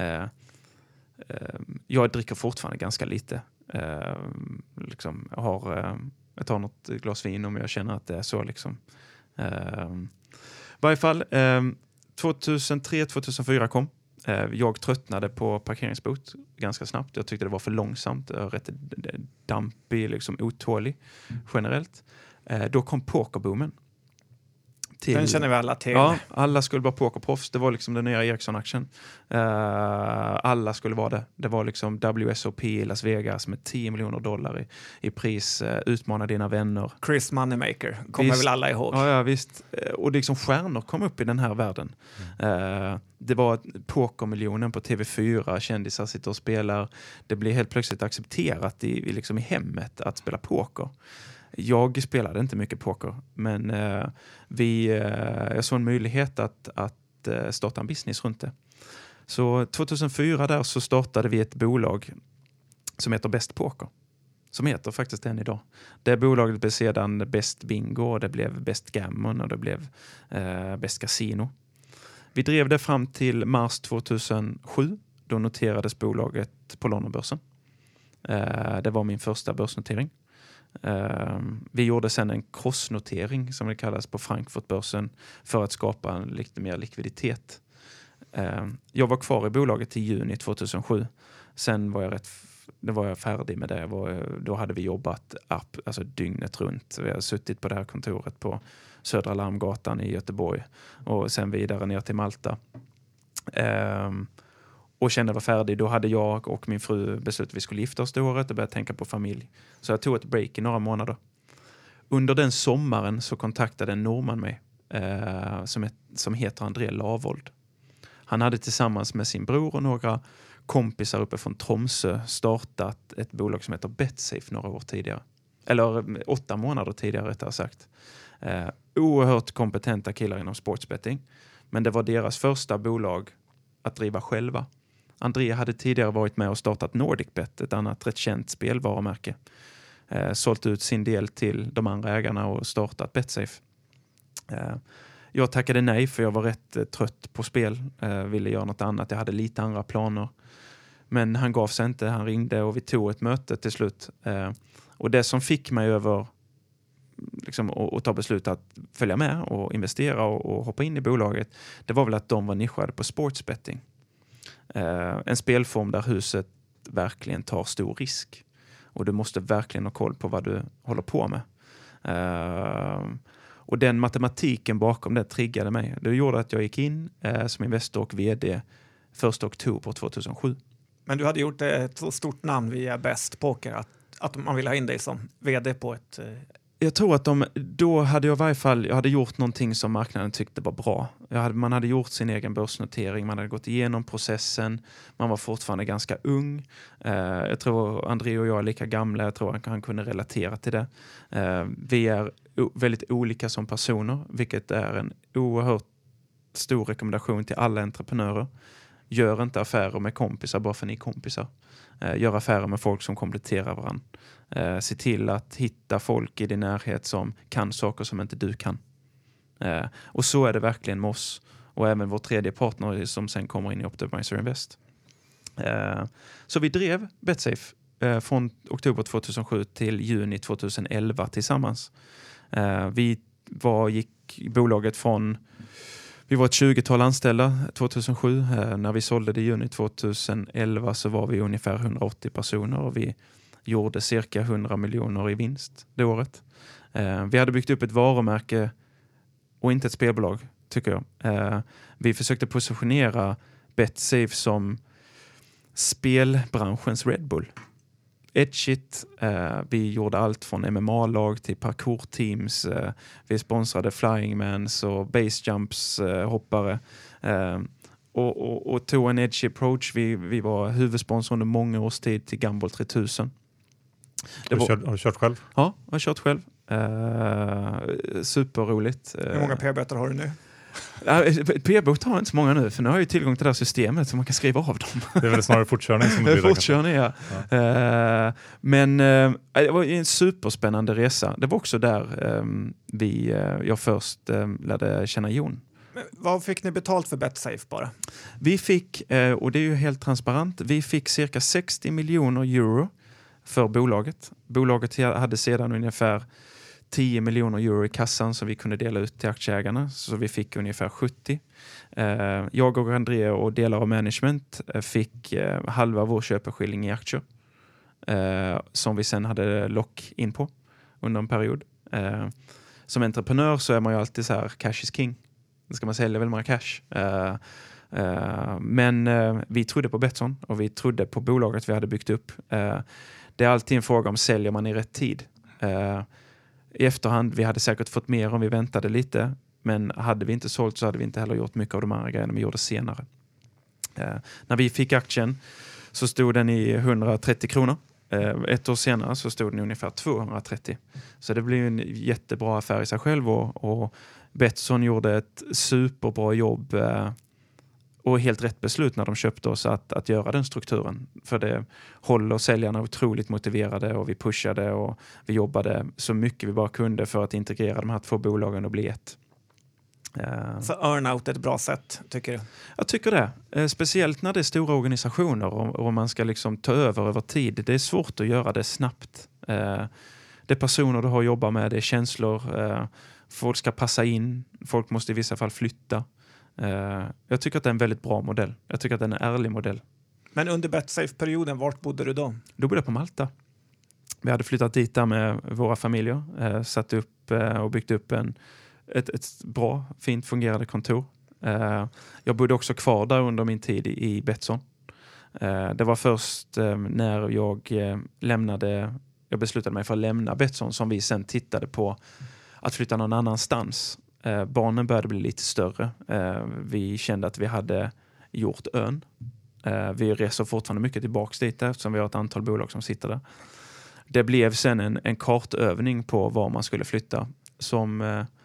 Jag dricker fortfarande ganska lite. Liksom, jag tar något glas vin om jag känner att det är så liksom. I varje fall 2003-2004 kom. Jag tröttnade på parkeringsbot ganska snabbt. Jag tyckte det var för långsamt. Jag var rätt dampig, liksom otålig generellt. Då kom pokerboomen. Den känner vi alla till. Ja, alla skulle vara pokerproffs. Det var liksom den nya Ericsson-aktien. Alla skulle vara det. Det var liksom WSOP i Las Vegas med $10 miljoner i pris. Utmana dina vänner. Chris Moneymaker, kommer väl alla ihåg. Ja, visst. Och liksom stjärnor kom upp i den här världen. Det var pokermiljonen på TV4. Kändisar sitter och spelar. Det blir helt plötsligt accepterat i hemmet att spela poker. Jag spelade inte mycket poker, men jag såg en möjlighet att starta en business runt det. Så 2004 där så startade vi ett bolag som heter Best Poker. Som heter faktiskt än idag. Det bolaget blev sedan Best Bingo och det blev Best Gammon och det blev Best Casino. Vi drev det fram till mars 2007. Då noterades bolaget på Londonbörsen. Det var min första börsnotering. Vi gjorde sen en crossnotering som det kallas på Frankfurtbörsen för att skapa en lite mer likviditet. Jag var kvar i bolaget till juni 2007. Sen var jag färdig med det. Då hade vi jobbat alltså dygnet runt. Vi har suttit på det här kontoret på Södra Larmgatan i Göteborg och sen vidare ner till Malta. Och kände var färdig. Då hade jag och min fru beslutat att vi skulle gifta oss det året och börja tänka på familj. Så jag tog ett break i några månader. Under den sommaren så kontaktade en norrman mig som heter André Lavold. Han hade tillsammans med sin bror och några kompisar uppe från Tromsö startat ett bolag som heter Betsafe några år tidigare. Eller 8 månader tidigare rättare sagt. Oerhört kompetenta killar inom sportsbetting. Men det var deras första bolag att driva själva. André hade tidigare varit med och startat NordicBet, ett annat rätt känt spelvarumärke. Sålt ut sin del till de andra ägarna och startat Betsafe. Jag tackade nej för jag var rätt trött på spel. Ville göra något annat. Jag hade lite andra planer. Men han gav sig inte. Han ringde och vi tog ett möte till slut. Och det som fick mig över liksom, att ta beslut att följa med och investera och hoppa in i bolaget, det var väl att de var nischade på sportsbetting. En spelform där huset verkligen tar stor risk. Och du måste verkligen ha koll på vad du håller på med. Och den matematiken bakom det triggade mig. Det gjorde att jag gick in som investor och vd 1 oktober 2007. Men du hade gjort ett så stort namn via Best Poker att man ville ha in dig som vd på ett... Jag tror att då hade jag i varje fall jag hade gjort någonting som marknaden tyckte var bra. Man hade gjort sin egen börsnotering, man hade gått igenom processen, man var fortfarande ganska ung. Jag tror André och jag är lika gamla, jag tror han kunde relatera till det. Vi är väldigt olika som personer, vilket är en oerhört stor rekommendation till alla entreprenörer. Gör inte affärer med kompisar bara för ni är kompisar. Gör affärer med folk som kompletterar varandra. Se till att hitta folk i din närhet som kan saker som inte du kan. Och så är det verkligen med oss. Och även vår tredje partner som sen kommer in i Optimizer Invest. Så vi drev Betsafe från oktober 2007 till juni 2011 tillsammans. Gick bolaget från... Vi var ett 20-tal anställda 2007. När vi sålde det i juni 2011 så var vi ungefär 180 personer och vi gjorde cirka 100 miljoner i vinst det året. Vi hade byggt upp ett varumärke och inte ett spelbolag, tycker jag. Vi försökte positionera Betsafe som spelbranschens Red Bull. Edgeit. Vi gjorde allt från MMA-lag till parkour-teams. Vi sponsrade Flying Mans och base jumps hoppare. Och tog en edgy approach. Vi var huvudsponsor under många års tid till Gumball 3000. Har du kört själv? Ja, jag har kört själv. Superroligt. Hur många p-böter har du nu? P-bot har inte så många nu, för nu har jag ju tillgång till det här systemet så man kan skriva av dem. Det är väl snarare fortkörning som det blir. Fortkörning, ja. Men det var en superspännande resa. Det var också där jag först lärde känna Jon. Men vad fick ni betalt för Betsafe bara? Vi fick, och det är ju helt transparent, vi fick cirka 60 miljoner euro för bolaget. Bolaget hade sedan ungefär 10 miljoner euro i kassan som vi kunde dela ut till aktieägarna. Så vi fick ungefär 70. Jag och André och delar av management fick halva vår köpeskilling i aktier. Som vi sen hade lock in på under en period. Som entreprenör så är man ju alltid så här, cash is king. Då ska man sälja väl mer cash. Men vi trodde på Betsson och vi trodde på bolaget vi hade byggt upp. Det är alltid en fråga om säljer man i rätt tid. I efterhand, vi hade säkert fått mer om vi väntade lite. Men hade vi inte sålt så hade vi inte heller gjort mycket av de andra grejerna vi gjorde senare. När vi fick aktien så stod den i 130 kronor. Ett år senare så stod den i ungefär 230. Så det blev en jättebra affär i sig själv. Och Betsson gjorde ett superbra jobb och helt rätt beslut när de köpte oss att göra den strukturen. För det håller säljarna otroligt motiverade och vi pushade och vi jobbade så mycket vi bara kunde för att integrera de här två bolagen och bli ett. Så earnout är ett bra sätt, tycker du? Jag tycker det. Speciellt när det är stora organisationer och man ska liksom ta över tid. Det är svårt att göra det snabbt. Det är personer du har att jobba med, det är känslor. Folk ska passa in, folk måste i vissa fall flytta. Jag tycker att det är en väldigt bra modell. Jag tycker att det är en ärlig modell. Men under Betsafe-perioden, vart bodde du då? Då bodde jag på Malta. Vi hade flyttat dit där med våra familjer. Satt upp och byggt upp ett bra, fint fungerande kontor. Jag bodde också kvar där under min tid i Betsson. Det var först när jag beslutade mig för att lämna Betsson som vi sen tittade på att flytta någon annanstans. Barnen började bli lite större. Vi kände att vi hade gjort ön. Vi reser fortfarande mycket tillbaka dit eftersom vi har ett antal bolag som sitter där. Det blev sen en kartövning på var man skulle flytta som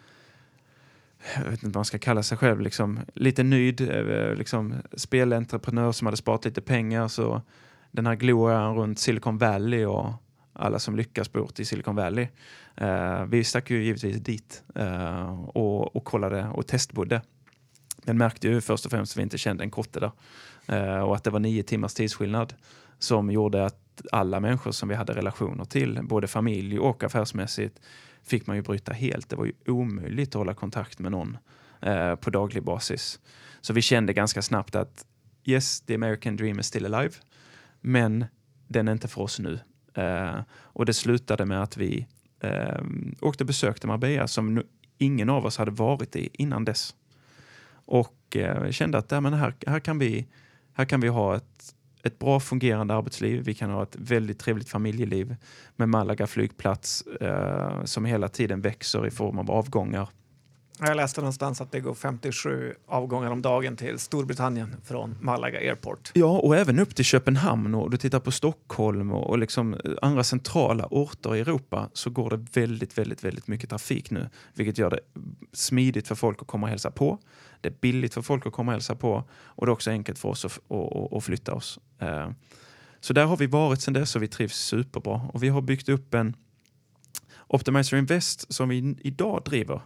jag vet inte vad man ska kalla sig själv, liksom, lite nöjd, liksom, spelentreprenör som hade sparat lite pengar, så den här glorian runt Silicon Valley och alla som lyckas bort i Silicon Valley. Vi stack ju givetvis dit och kollade och testbodde. Men märkte ju först och främst att vi inte kände en kotte där. Och att det var 9 timmars tidsskillnad som gjorde att alla människor som vi hade relationer till, både familj och affärsmässigt, fick man ju bryta helt. Det var ju omöjligt att hålla kontakt med någon på daglig basis. Så vi kände ganska snabbt att yes, the American dream is still alive, men den är inte för oss nu. Och det slutade med att vi åkte och besökte Marbella som ingen av oss hade varit i innan dess. Och kände att här kan vi ha ett bra fungerande arbetsliv. Vi kan ha ett väldigt trevligt familjeliv med Malaga flygplats som hela tiden växer i form av avgångar. Jag läste någonstans att det går 57 avgångar om dagen till Storbritannien från Malaga Airport. Ja, och även upp till Köpenhamn, och du tittar på Stockholm och liksom andra centrala orter i Europa, så går det väldigt, väldigt, väldigt mycket trafik nu. Vilket gör det smidigt för folk att komma och hälsa på. Det är billigt för folk att komma och hälsa på, och det är också enkelt för oss att flytta oss. Så där har vi varit sedan dess och vi trivs superbra. Och vi har byggt upp en Optimizer Invest som vi idag driver.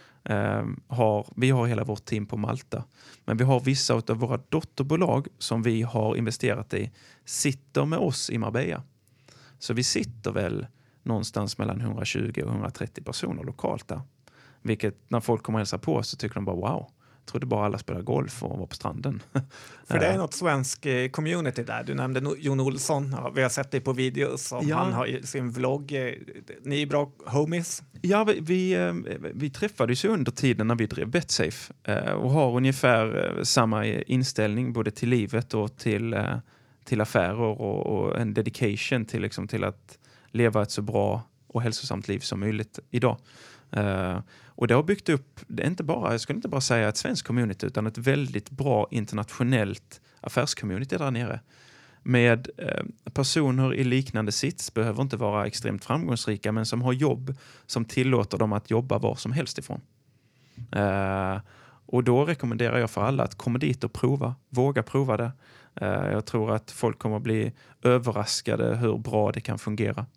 Vi har hela vårt team på Malta, men vi har vissa av våra dotterbolag som vi har investerat i sitter med oss i Marbella. Så vi sitter väl någonstans mellan 120 och 130 personer lokalt där. Vilket när folk kommer och hälsar på så tycker de bara wow, jag trodde bara alla spelar golf och var på stranden. För det är något svensk community där. Du nämnde Jon Olsson. Ja, vi har sett det på videos som han har i sin vlogg. Ni är bra homies. Ja, vi träffades ju under tiden när vi drev Betsafe och har ungefär samma inställning både till livet och till affärer och en dedication till att leva ett så bra och hälsosamt liv som möjligt idag. Och det har byggt upp, det är inte bara, jag skulle inte bara säga ett svenskt community, utan ett väldigt bra internationellt affärscommunity där nere. Med personer i liknande sits, behöver inte vara extremt framgångsrika, men som har jobb som tillåter dem att jobba var som helst ifrån. Och då rekommenderar jag för alla att komma dit och våga prova det. Jag tror att folk kommer att bli överraskade hur bra det kan fungera.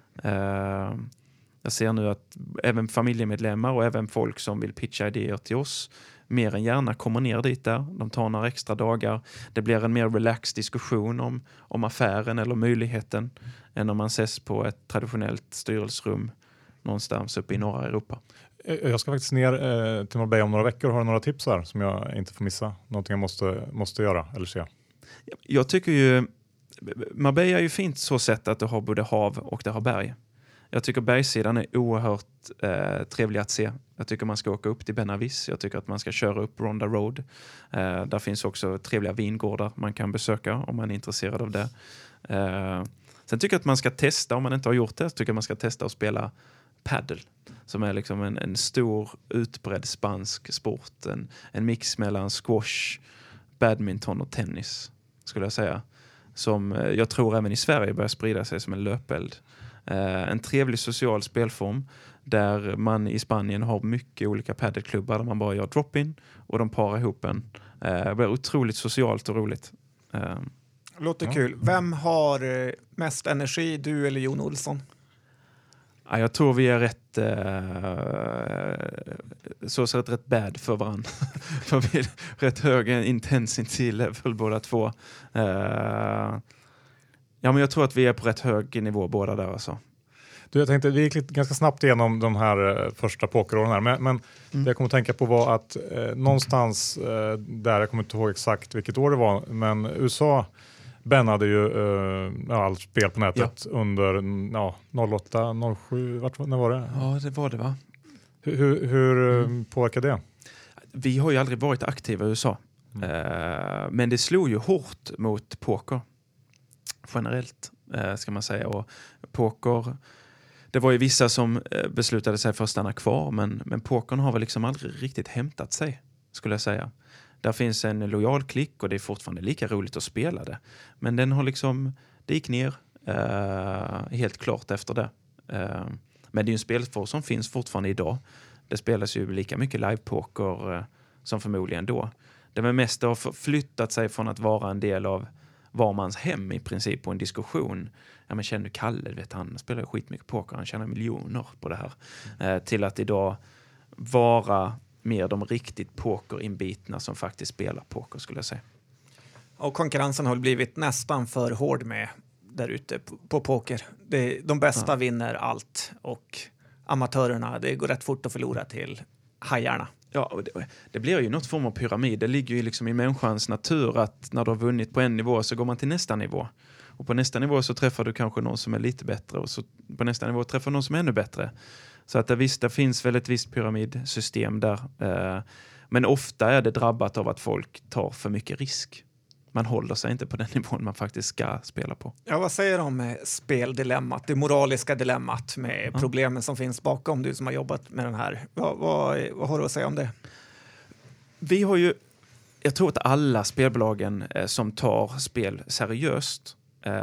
Jag ser nu att även familjemedlemmar och även folk som vill pitcha idéer till oss mer än gärna kommer ner dit där. De tar några extra dagar. Det blir en mer relaxed diskussion om affären eller möjligheten än om man ses på ett traditionellt styrelserum någonstans uppe i norra Europa. Jag ska faktiskt ner till Marbella om några veckor. Har du några tips här som jag inte får missa? Någonting jag måste göra eller se? Jag tycker ju Marbella är ju fint så sätt att det har både hav och det har berg. Jag tycker bergssidan är oerhört trevlig att se. Jag tycker man ska åka upp till Benavis. Jag tycker att man ska köra upp Ronda Road. Där finns också trevliga vingårdar man kan besöka om man är intresserad av det. Sen tycker jag att man ska testa, om man inte har gjort det, så tycker jag man ska testa att spela paddle. Som är liksom en stor utbredd spansk sport. En mix mellan squash, badminton och tennis skulle jag säga. Som jag tror även i Sverige börjar sprida sig som en löpeld. En trevlig social spelform där man i Spanien har mycket olika paddelklubbar där man bara gör drop-in och de parar ihop en. Det blir otroligt socialt och roligt. Låter kul. Vem har mest energi, du eller Jon Olsson? Ja, jag tror vi är rätt rätt bad för varandra. För vi är rätt hög intensity level båda två. Ja, men jag tror att vi är på rätt hög nivå båda där alltså. Du, jag tänkte, vi gick ganska snabbt igenom de här första pokeråren här, men det jag kom att tänka på var att någonstans där, jag kommer inte ihåg exakt vilket år det var, men USA bannade ju allt spel på nätet under 08, 07, när var det? Ja, det var det, va? Hur påverkar det? Vi har ju aldrig varit aktiva i USA. Men det slog ju hårt mot poker. Generellt, ska man säga. Och poker, det var ju vissa som beslutade sig för att stanna kvar. Men pokern har väl liksom aldrig riktigt hämtat sig, skulle jag säga. Där finns en lojal klick och det är fortfarande lika roligt att spela det. Men den har liksom, det gick ner helt klart efter det. Men det är ju en spelform som finns fortfarande idag. Det spelas ju lika mycket live-poker som förmodligen då. Det med mest har flyttat sig från att vara en del av var mans hem i princip, på en diskussion. Ja, men känner du Kalle, vet han spelar skitmycket poker, han tjänar miljoner på det här. Till att idag vara mer de riktigt pokerinbitna som faktiskt spelar poker, skulle jag säga. Och konkurrensen har blivit nästan för hård med där ute på poker. De bästa vinner allt och amatörerna, det går rätt fort att förlora till hajarna. Ja, det blir ju något form av pyramid. Det ligger ju liksom i människans natur att när du har vunnit på en nivå så går man till nästa nivå. Och på nästa nivå så träffar du kanske någon som är lite bättre och så på nästa nivå träffar någon som är ännu bättre. Så att det finns väl ett visst pyramidsystem där. Men ofta är det drabbat av att folk tar för mycket risk. Man håller sig inte på den nivån man faktiskt ska spela på. Ja, vad säger du om speldilemmat, det moraliska dilemmat med problemen som finns bakom, du som har jobbat med den här? Vad har du att säga om det? Vi har ju, jag tror att alla spelbolagen som tar spel seriöst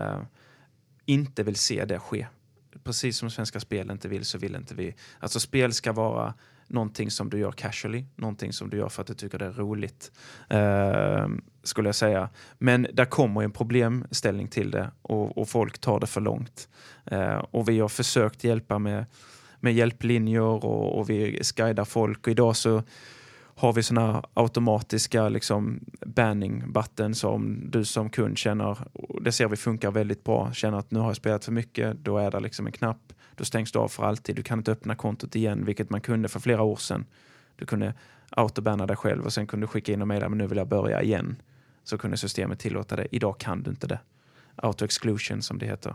inte vill se det ske. Precis som Svenska Spel inte vill, så vill inte vi. Alltså spel ska vara någonting som du gör casually, någonting som du gör för att du tycker det är roligt, skulle jag säga. Men där kommer en problemställning till det och folk tar det för långt. Och vi har försökt hjälpa med hjälplinjer och vi guidar folk. Och idag så har vi såna automatiska liksom banning button som du som kund känner, det ser vi funkar väldigt bra, känner att nu har jag spelat för mycket, då är det liksom en knapp, då stängs du av för alltid, du kan inte öppna kontot igen, vilket man kunde för flera år sedan. Du kunde autobanna dig själv och sen kunde du skicka in och mejla, men nu vill jag börja igen, så kunde systemet tillåta det. Idag kan du inte det. Auto exclusion som det heter.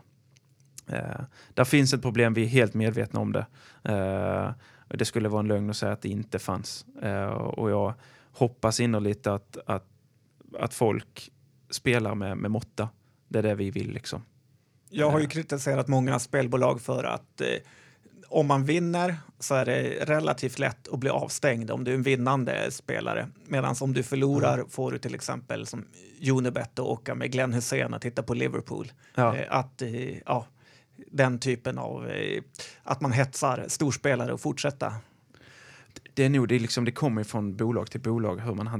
Där finns ett problem, vi är helt medvetna om det. Det skulle vara en lögn att säga att det inte fanns. Och jag hoppas innerligt att folk spelar med måtta. Det är det vi vill liksom. Jag har ju kritiserat många spelbolag för att om man vinner så är det relativt lätt att bli avstängd om du är en vinnande spelare. Medan om du förlorar får du till exempel som Unibet och åka med Glenn Hussein och titta på Liverpool. Den typen av att man hetsar storspelare och fortsätta. Det är nog det kommer från bolag till bolag hur man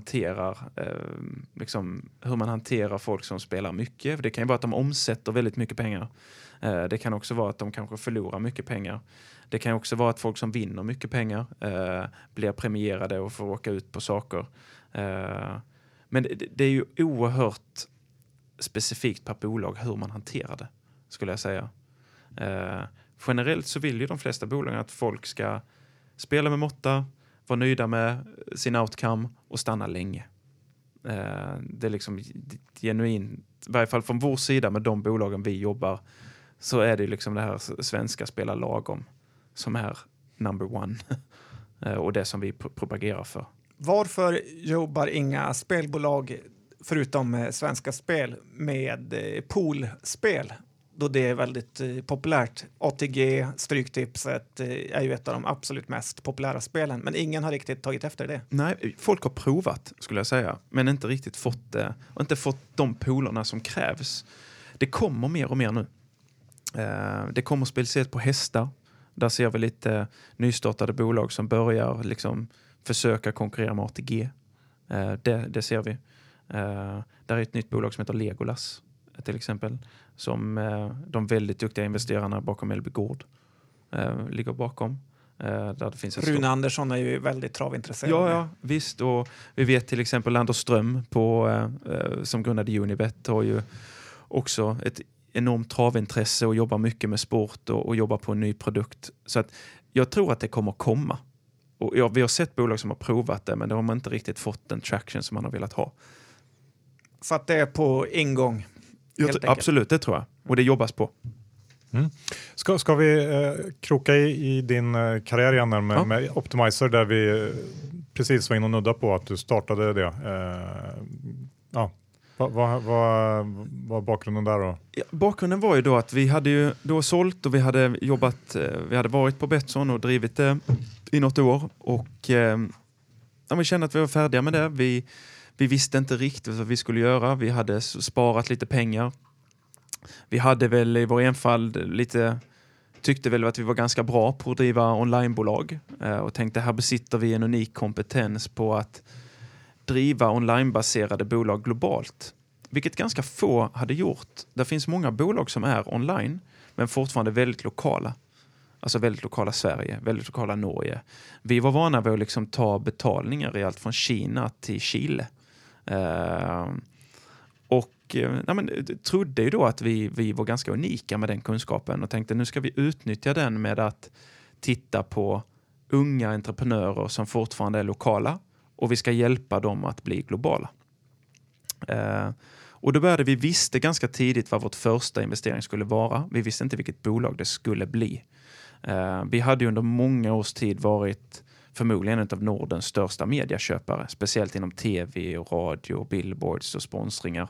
hanterar folk som spelar mycket. Det kan ju vara att de omsätter väldigt mycket pengar. Det kan också vara att de kanske förlorar mycket pengar. Det kan också vara att folk som vinner mycket pengar blir premierade och får åka ut på saker. Men det är ju oerhört specifikt per bolag hur man hanterar det, skulle jag säga. Generellt så vill ju de flesta bolag att folk ska spela med måtta, vara nöjda med sin outcome och stanna länge. Det är liksom genuint, i varje fall från vår sida med de bolagen vi jobbar, så är det liksom det här svenska spela lagom som är number one och det som vi propagerar för. Varför jobbar inga spelbolag förutom Svenska Spel med poolspel? Då det är väldigt populärt. ATG, Stryktipset är ju ett av de absolut mest populära spelen. Men ingen har riktigt tagit efter det. Nej, folk har provat, skulle jag säga. Men inte riktigt fått det. Och inte fått de poolerna som krävs. Det kommer mer och mer nu. Det kommer speciellt på hästar. Där ser vi lite nystartade bolag som börjar liksom försöka konkurrera med ATG. Det ser vi. Där är ett nytt bolag som heter Legolas till exempel. Som de väldigt duktiga investerarna bakom Elby Gård ligger bakom. Där det finns Rune Andersson är ju väldigt travintresserad. Ja, visst. Och vi vet till exempel Anders Ström som grundade Unibet har ju också enormt travintresse och jobbar mycket med sport och jobbar på en ny produkt. Så att jag tror att det kommer komma. Och vi har sett bolag som har provat det, men de har inte riktigt fått den traction som man har velat ha. Så att det är på ingång? Absolut, det tror jag. Och det jobbas på. Mm. Ska vi kroka i din karriär igen med Optimizer, där vi precis var in och nudda på att du startade det. Vad var bakgrunden där då? Ja, bakgrunden var ju då att vi hade ju då sålt och vi hade jobbat, vi hade varit på Betsson och drivit det i något år och vi kände att vi var färdiga med det. Vi visste inte riktigt vad vi skulle göra. Vi hade sparat lite pengar. Vi hade väl i vår enfald tyckte väl att vi var ganska bra på att driva onlinebolag och tänkte här besitter vi en unik kompetens på att driva onlinebaserade bolag globalt. Vilket ganska få hade gjort. Det finns många bolag som är online men fortfarande väldigt lokala. Alltså väldigt lokala Sverige, väldigt lokala Norge. Vi var vana vid att liksom ta betalningar i allt från Kina till Chile. Trodde ju då att vi var ganska unika med den kunskapen och tänkte nu ska vi utnyttja den med att titta på unga entreprenörer som fortfarande är lokala och vi ska hjälpa dem att bli globala. Och då började vi visste ganska tidigt vad vårt första investering skulle vara. Vi visste inte vilket bolag det skulle bli. Vi hade ju under många års tid varit förmodligen en av Nordens största medieköpare, speciellt inom tv och radio, billboards och sponsringar.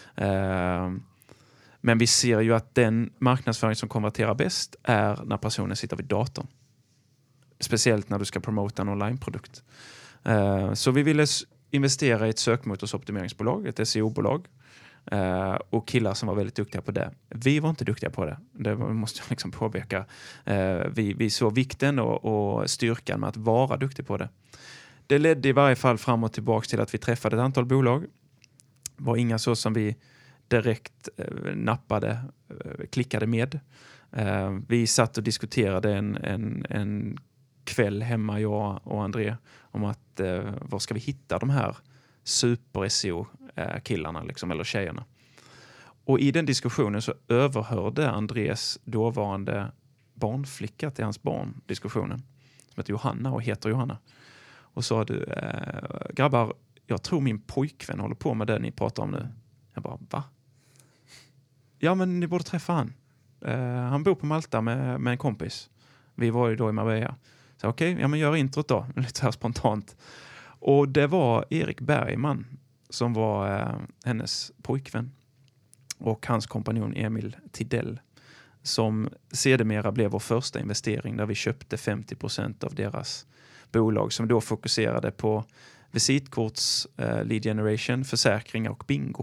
Men vi ser ju att den marknadsföring som konverterar bäst är när personen sitter vid datorn. Speciellt när du ska promota en onlineprodukt. Så vi ville investera i ett sökmotorsoptimeringsbolag, ett SEO-bolag. Och killar som var väldigt duktiga på det. Vi var inte duktiga på det. Det måste jag liksom påpeka. Vi såg vikten och styrkan med att vara duktig på det. Det ledde i varje fall fram och tillbaka till att vi träffade ett antal bolag. Det var inga så som vi direkt klickade med. Vi satt och diskuterade en kväll hemma, jag och André, om att var ska vi hitta de här super-SEO-killarna liksom, eller tjejerna. Och i den diskussionen så överhörde Andrés dåvarande barnflicka till hans barn diskussionen, som heter Johanna och heter Johanna. Och sa grabbar, jag tror min pojkvän håller på med det ni pratar om nu. Jag bara, va? Ja, men ni borde träffa han. Han bor på Malta med en kompis. Vi var ju då i Marbella. Så okej, ja men gör introt då. Lite här spontant. Och det var Erik Bergman som var hennes pojkvän. Och hans kompanjon Emil Tidell. Som sedermera blev vår första investering där vi köpte 50% av deras bolag. Som då fokuserade på visitkorts, lead generation, försäkringar och bingo.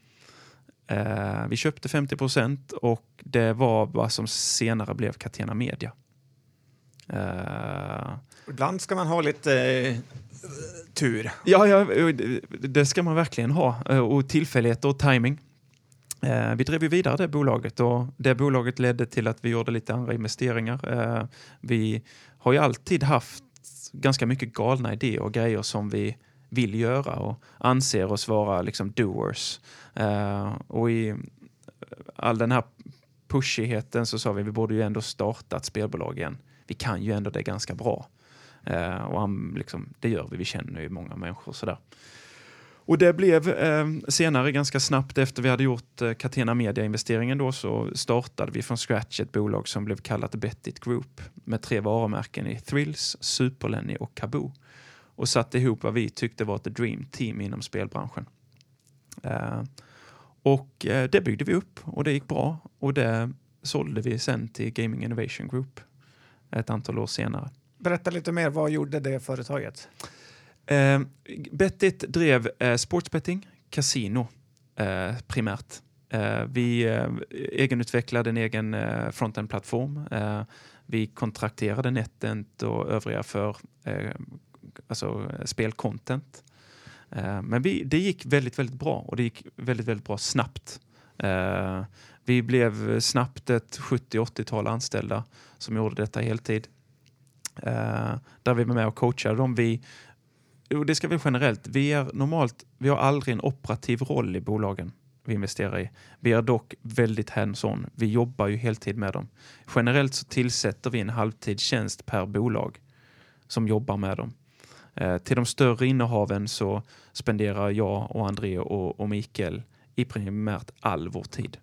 Vi köpte 50% och det var vad som senare blev Catena Media. Ibland ska man ha lite tur. Ja, det ska man verkligen ha. Och tillfällighet och timing. Vi drev ju vidare det bolaget och det bolaget ledde till att vi gjorde lite andra investeringar. Vi har ju alltid haft ganska mycket galna idéer och grejer som vi vill göra och anser oss vara liksom doers. Och i all den här pushigheten så sa vi borde ju ändå starta ett spelbolag igen. Vi kan ju ändå det ganska bra. Och det gör vi känner ju många människor sådär. Och det blev senare ganska snabbt efter vi hade gjort Catena Media-investeringen då så startade vi från scratch ett bolag som blev kallat Bettit Group med 3 varumärken i Thrills, Superlenny och Kaboo. Och satte ihop vad vi tyckte var ett dream team inom spelbranschen. Och det byggde vi upp och det gick bra. Och det sålde vi sen till Gaming Innovation Group ett antal år senare. Berätta lite mer, vad gjorde det företaget? Bettit drev sportsbetting, casino primärt. Vi egenutvecklade en egen frontend-plattform. Vi kontrakterade NetEnt och övriga för spelcontent. Men det gick väldigt, väldigt bra och det gick väldigt, väldigt bra snabbt. Vi blev snabbt ett 70-80-tal anställda som gjorde detta heltid. Där vi var med och coachade dem. Och det ska vi generellt. Vi har aldrig en operativ roll i bolagen. vi investerar i. Vi är dock väldigt hands-on. Vi jobbar ju heltid med dem. Generellt så tillsätter vi en halvtidstjänst per bolag som jobbar med dem. Till de större innehaven så spenderar jag och André och Mikael i primärt all vår tid.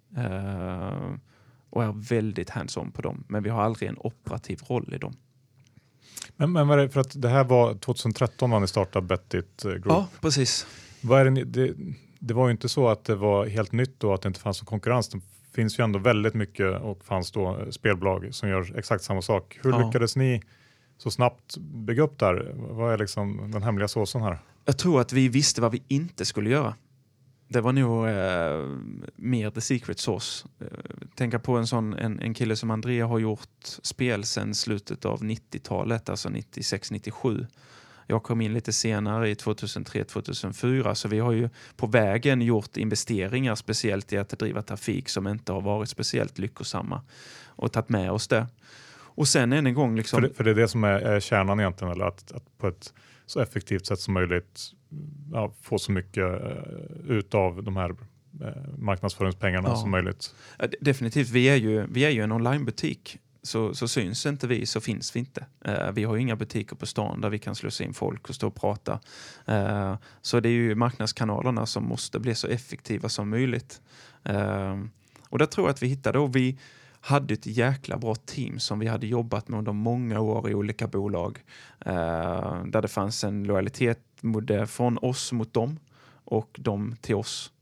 Och är väldigt hands-on på dem. Men vi har aldrig en operativ roll i dem. Men vad är det, för att det här var 2013 när ni startade Bettit Group. Ja, precis. Vad är det var ju inte så att det var helt nytt då att det inte fanns någon konkurrens. Det finns ju ändå väldigt mycket och fanns då spelbolag som gör exakt samma sak. Hur lyckades ni så snabbt bygga upp där? Vad är liksom den hemliga såsen här? Jag tror att vi visste vad vi inte skulle göra. Det var nog mer the secret sauce. Tänka på en kille som Andrea har gjort spel sedan slutet av 90-talet, alltså 96-97. Jag kom in lite senare i 2003-2004, så vi har ju på vägen gjort investeringar speciellt i att driva trafik som inte har varit speciellt lyckosamma och tagit med oss det. Och sen en gång liksom... För det är det som är kärnan egentligen, eller att på ett så effektivt sätt som möjligt få så mycket ut av de här marknadsföringspengarna som möjligt. Definitivt, vi är ju en onlinebutik. Så syns inte vi, så finns vi inte. Vi har ju inga butiker på stan där vi kan slussa in folk och stå och prata. Så det är ju marknadskanalerna som måste bli så effektiva som möjligt. Och där tror jag att vi hittade, och vi hade ett jäkla bra team som vi hade jobbat med under många år i olika bolag. Där det fanns en lojalitet från oss mot dem och de till oss.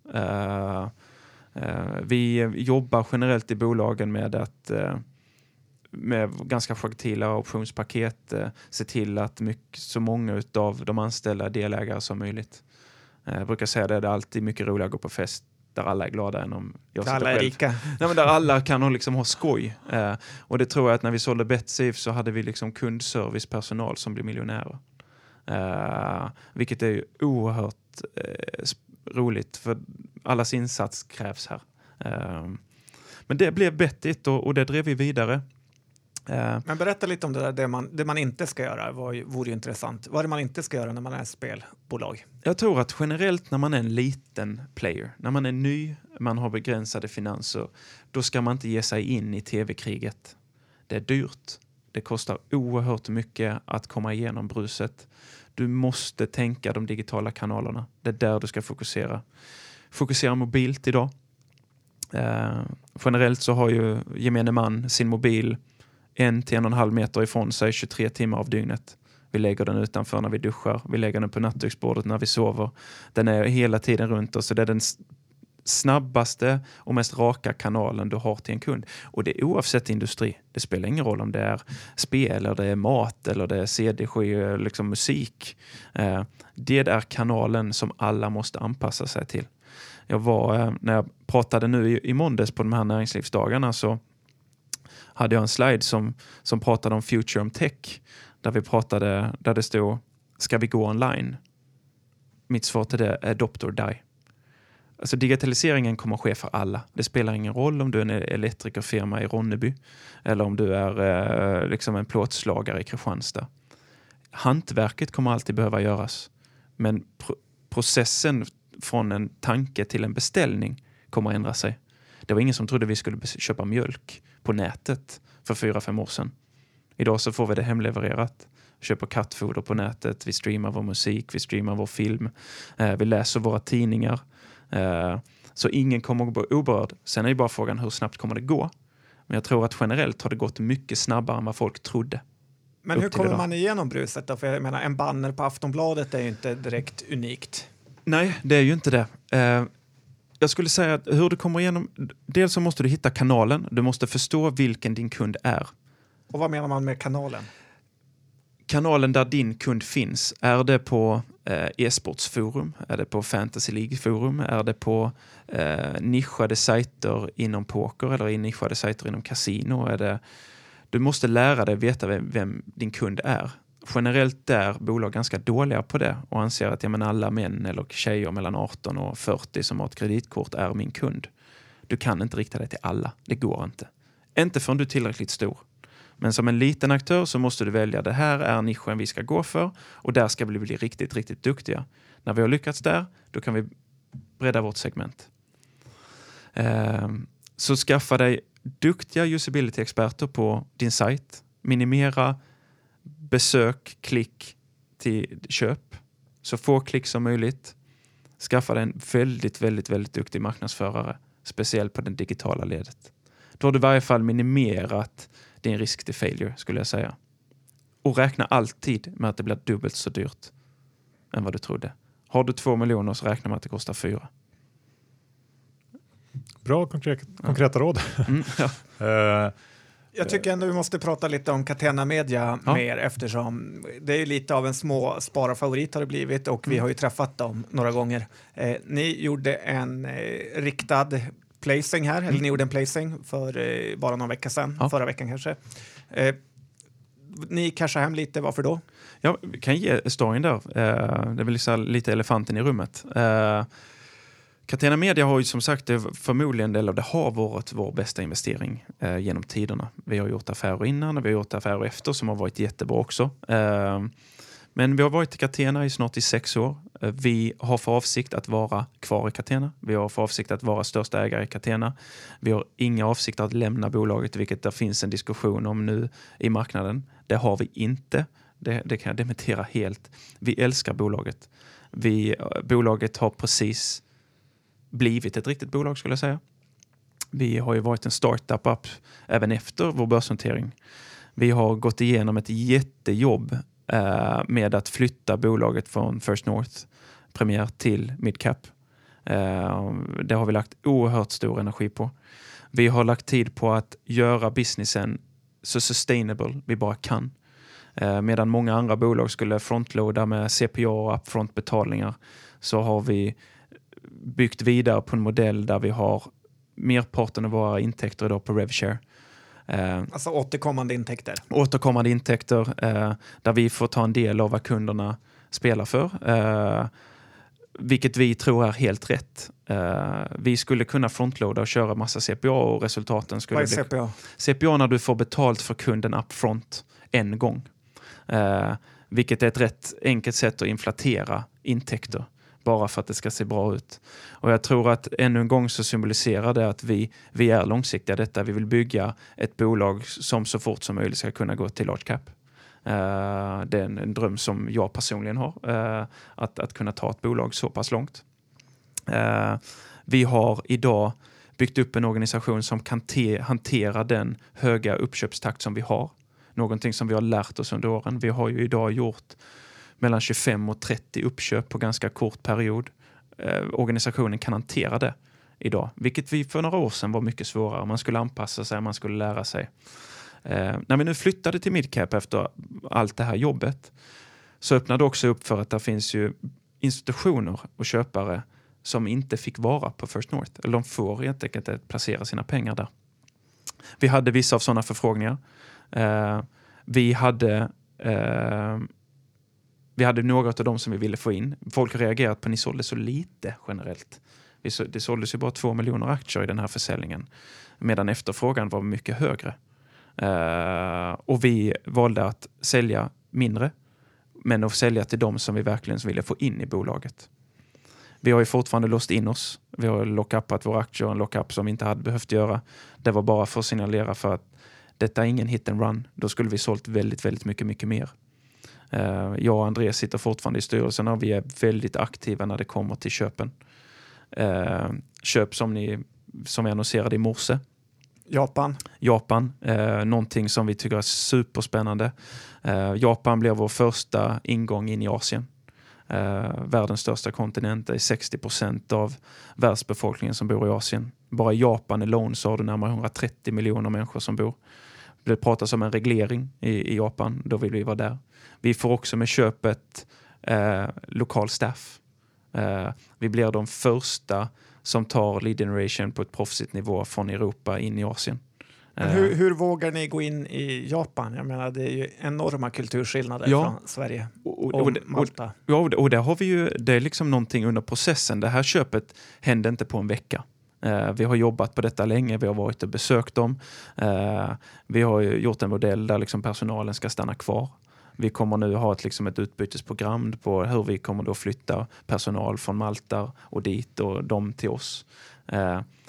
Vi jobbar generellt i bolagen med att med ganska fragila optionspaket se till att så många av de anställda är delägare som möjligt. Jag brukar säga det är alltid mycket roligare att gå på fest där alla är glada än om jag sitter alla är själv. rika. Nej, men där alla kan ha skoj. Och det tror jag att när vi sålde BetSafe så hade vi liksom kundservicepersonal som blev miljonärer. Vilket är ju oerhört roligt, för allas insats krävs här. Men det blev Bettit och det drev vi vidare. Men berätta lite om det där, det man inte ska göra vore intressant. Vad är det man inte ska göra när man är spelbolag? Jag tror att generellt när man är en liten player, när man är ny, man har begränsade finanser, då ska man inte ge sig in i tv-kriget. Det är dyrt. Det kostar oerhört mycket att komma igenom bruset. Du måste tänka de digitala kanalerna. Det är där du ska fokusera. Fokusera mobilt idag. Generellt så har ju gemene man sin mobil 1-1,5 meter ifrån sig 23 timmar av dygnet. Vi lägger den utanför när vi duschar. Vi lägger den på nattduksbordet när vi sover. Den är hela tiden runt oss. Så det är den snabbaste och mest raka kanalen du har till en kund. Och det är oavsett industri. Det spelar ingen roll om det är spel eller det är mat eller det är CD-skiv, liksom musik. Det är kanalen som alla måste anpassa sig till. När jag pratade nu i måndags på de här näringslivsdagarna, så hade jag en slide som pratade om Future of Tech, där det stod, ska vi gå online? Mitt svar till det är adopt or die. Alltså digitaliseringen kommer att ske för alla. Det spelar ingen roll om du är en elektrikerfirma i Ronneby eller om du är liksom en plåtslagare i Kristianstad. Hantverket kommer alltid behöva göras. Men processen från en tanke till en beställning kommer att ändra sig. Det var ingen som trodde vi skulle köpa mjölk på nätet för 4-5 år sedan. Idag så får vi det hemlevererat. Vi köper kattfoder på nätet, vi streamar vår musik, vi streamar vår film, vi läser våra tidningar. Så ingen kommer att bli oberörd. Sen är det bara frågan, hur snabbt kommer det gå? Men jag tror att generellt har det gått mycket snabbare än vad folk trodde. Men hur kommer man igenom bruset då? För jag menar, en banner på Aftonbladet är ju inte direkt unikt. Nej, det är ju inte det. Jag skulle säga att hur du kommer igenom... Dels så måste du hitta kanalen. Du måste förstå vilken din kund är. Och vad menar man med kanalen? Kanalen där din kund finns. Är det på e-sportsforum? Är det på Fantasy League-forum? Är det på nischade sajter inom poker eller i nischade sajter inom casino? Du måste lära dig veta vem din kund är. Generellt är bolag ganska dåliga på det och anser att alla män eller tjejer mellan 18 och 40 som har ett kreditkort är min kund. Du kan inte rikta dig till alla. Det går inte. Inte förrän du är tillräckligt stor. Men som en liten aktör så måste du välja, det här är nischen vi ska gå för och där ska vi bli riktigt, riktigt duktiga. När vi har lyckats där, då kan vi bredda vårt segment. Så skaffa dig duktiga usability-experter på din sajt. Minimera besök, klick till köp. Så få klick som möjligt. Skaffa dig en väldigt, väldigt, väldigt duktig marknadsförare. Speciellt på den digitala ledet. Då har du i varje fall minimerat din risk till failure, skulle jag säga. Och räkna alltid med att det blir dubbelt så dyrt än vad du trodde. Har du 2 miljoner så räkna med att det kostar 4. Bra konkreta råd. Jag tycker ändå vi måste prata lite om Catena Media mer, eftersom det är lite av en små spararfavorit har det blivit, och vi har ju träffat dem några gånger. Ni gjorde en riktad placing här, eller ni gjorde en placing för bara någon vecka sedan, förra veckan kanske. Ni cashar hem lite, varför då? Ja, vi kan ge storyn där. Det är väl lite elefanten i rummet. Catena Media har ju som sagt förmodligen det har varit vår bästa investering genom tiderna. Vi har gjort affärer innan och vi har gjort affärer efter som har varit jättebra också. Men vi har varit i Catena i snart 6 år. Vi har för avsikt att vara kvar i Catena. Vi har för avsikt att vara största ägare i Catena. Vi har inga avsikter att lämna bolaget, vilket det finns en diskussion om nu i marknaden. Det har vi inte. Det kan jag dementera helt. Vi älskar bolaget. Bolaget har precis blivit ett riktigt bolag, skulle jag säga. Vi har ju varit en startup även efter vår börsnotering. Vi har gått igenom ett jättejobb med att flytta bolaget från First North premiär till midcap. Det har vi lagt oerhört stor energi på. Vi har lagt tid på att göra businessen så sustainable vi bara kan. Medan många andra bolag skulle frontloada med CPA och upfront betalningar, så har vi byggt vidare på en modell där vi har merparten av våra intäkter idag på RevShare. Alltså återkommande intäkter. Återkommande intäkter där vi får ta en del av vad kunderna spelar för. Vilket vi tror är helt rätt. Vi skulle kunna frontloada och köra massa CPA och resultaten skulle bli... Vad är CPA? CPA när du får betalt för kunden upfront en gång. Vilket är ett rätt enkelt sätt att inflatera intäkter. Bara för att det ska se bra ut. Och jag tror att ännu en gång så symboliserar det att vi är långsiktiga detta. Vi vill bygga ett bolag som så fort som möjligt ska kunna gå till large cap. Det är en dröm som jag personligen har. Att kunna ta ett bolag så pass långt. Vi har idag byggt upp en organisation som kan hantera den höga uppköpstakt som vi har. Någonting som vi har lärt oss under åren. Vi har ju idag gjort mellan 25 och 30 uppköp på ganska kort period. Organisationen kan hantera det idag. Vilket vi för några år sedan var mycket svårare. Man skulle anpassa sig, man skulle lära sig. När vi nu flyttade till midcap efter allt det här jobbet, så öppnade det också upp för att det finns ju institutioner och köpare som inte fick vara på First North. Eller de får helt enkelt inte placera sina pengar där. Vi hade vissa av sådana förfrågningar. Vi hade några av dem som vi ville få in. Folk har reagerat på att ni sålde så lite generellt. Det såldes ju bara 2 miljoner aktier i den här försäljningen. Medan efterfrågan var mycket högre. Och vi valde att sälja mindre. Men att sälja till dem som vi verkligen ville få in i bolaget. Vi har ju fortfarande låst in oss. Vi har lockuppat våra aktier. En lockup som vi inte hade behövt göra. Det var bara för att signalera för att detta är ingen hit and run. Då skulle vi sålt väldigt, väldigt mycket mer. Jag och Andreas sitter fortfarande i styrelsen och vi är väldigt aktiva när det kommer till köpen. Köp som vi annonserade i morse. Japan. Någonting som vi tycker är superspännande. Japan blir vår första ingång in i Asien. Världens största kontinent är 60% av världsbefolkningen som bor i Asien. Bara i Japan alone så har du närmare 130 miljoner människor som bor. Det pratas om en reglering i Japan. Då vill vi vara där. Vi får också med köpet lokal staff. Vi blir de första som tar lead generation på ett proffsigt nivå från Europa in i Asien. Men hur vågar ni gå in i Japan? Jag menar, det är ju enorma kulturskillnader från Sverige och Malta. Och där har vi ju, det är liksom någonting under processen. Det här köpet hände inte på en vecka. Vi har jobbat på detta länge, vi har varit och besökt dem. Vi har gjort en modell där liksom personalen ska stanna kvar. Vi kommer nu ha ett utbytesprogram på hur vi kommer då flytta personal från Malta och dit och dem till oss.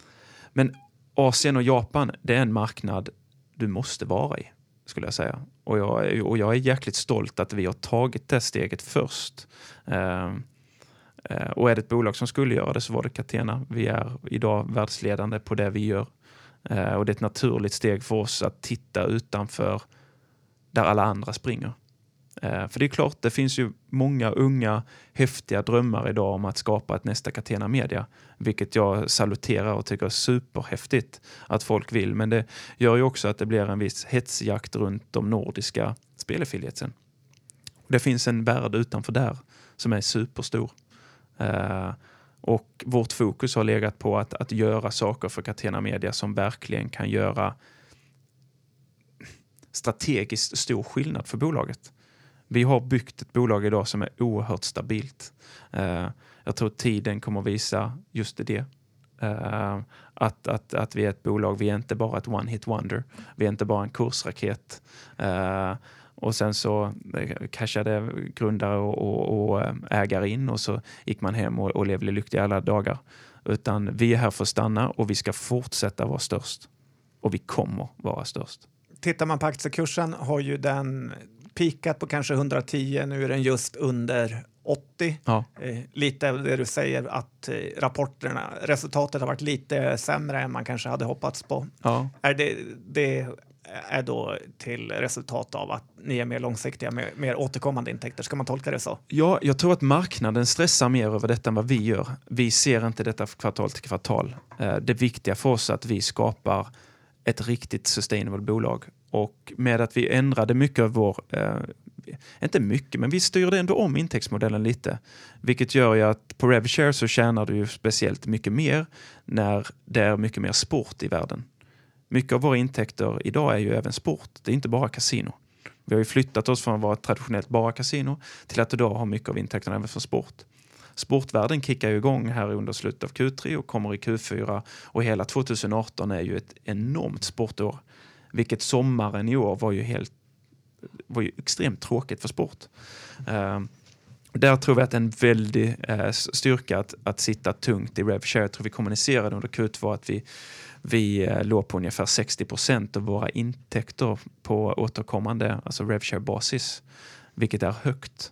Men Asien och Japan, det är en marknad du måste vara i, skulle jag säga. Och jag är jäkligt stolt att vi har tagit det steget först. Och är det ett bolag som skulle göra det så var det Catena. Vi är idag världsledande på det vi gör. Och det är ett naturligt steg för oss att titta utanför där alla andra springer. För det är klart, det finns ju många unga häftiga drömmar idag om att skapa ett nästa Catena Media, vilket jag saluterar och tycker är superhäftigt att folk vill. Men det gör ju också att det blir en viss hetsjakt runt de nordiska spelaffiliatesen. Det finns en värld utanför där som är superstor. Och vårt fokus har legat på att göra saker för Catena Media som verkligen kan göra strategiskt stor skillnad för bolaget. Vi har byggt ett bolag idag som är oerhört stabilt. Jag tror tiden kommer att visa just det. Att vi är ett bolag, vi är inte bara ett one-hit wonder. Vi är inte bara en kursraket. Och sen så cashade grundare och ägare in och så gick man hem och levde lyckliga alla dagar. Utan vi är här för att stanna och vi ska fortsätta vara störst. Och vi kommer vara störst. Tittar man på aktiekursen har ju den pikat på kanske 110, nu är den just under 80. Ja. Lite av det du säger att resultatet har varit lite sämre än man kanske hade hoppats på. Ja. Är det är då till resultat av att ni är mer långsiktiga, mer återkommande intäkter? Ska man tolka det så? Ja, jag tror att marknaden stressar mer över detta än vad vi gör. Vi ser inte detta kvartal till kvartal. Det viktiga för oss är att vi skapar ett riktigt sustainable bolag. Och med att vi ändrade mycket av vår, inte mycket, men vi styrde ändå om intäktsmodellen lite. Vilket gör ju att på RevShare så tjänar du ju speciellt mycket mer när det är mycket mer sport i världen. Mycket av våra intäkter idag är ju även sport. Det är inte bara kasino. Vi har ju flyttat oss från att vara ett traditionellt bara kasino till att idag ha mycket av intäkterna även för sport. Sportvärlden kickar ju igång här under slutet av Q3 och kommer i Q4. Och hela 2018 är ju ett enormt sportår. Vilket sommaren i år var ju extremt tråkigt för sport. Där tror vi att en väldig styrka att sitta tungt i RevShare. Jag tror vi kommunicerade under Q2 att vi låg på ungefär 60% av våra intäkter på återkommande, alltså RevShare-basis. Vilket är högt.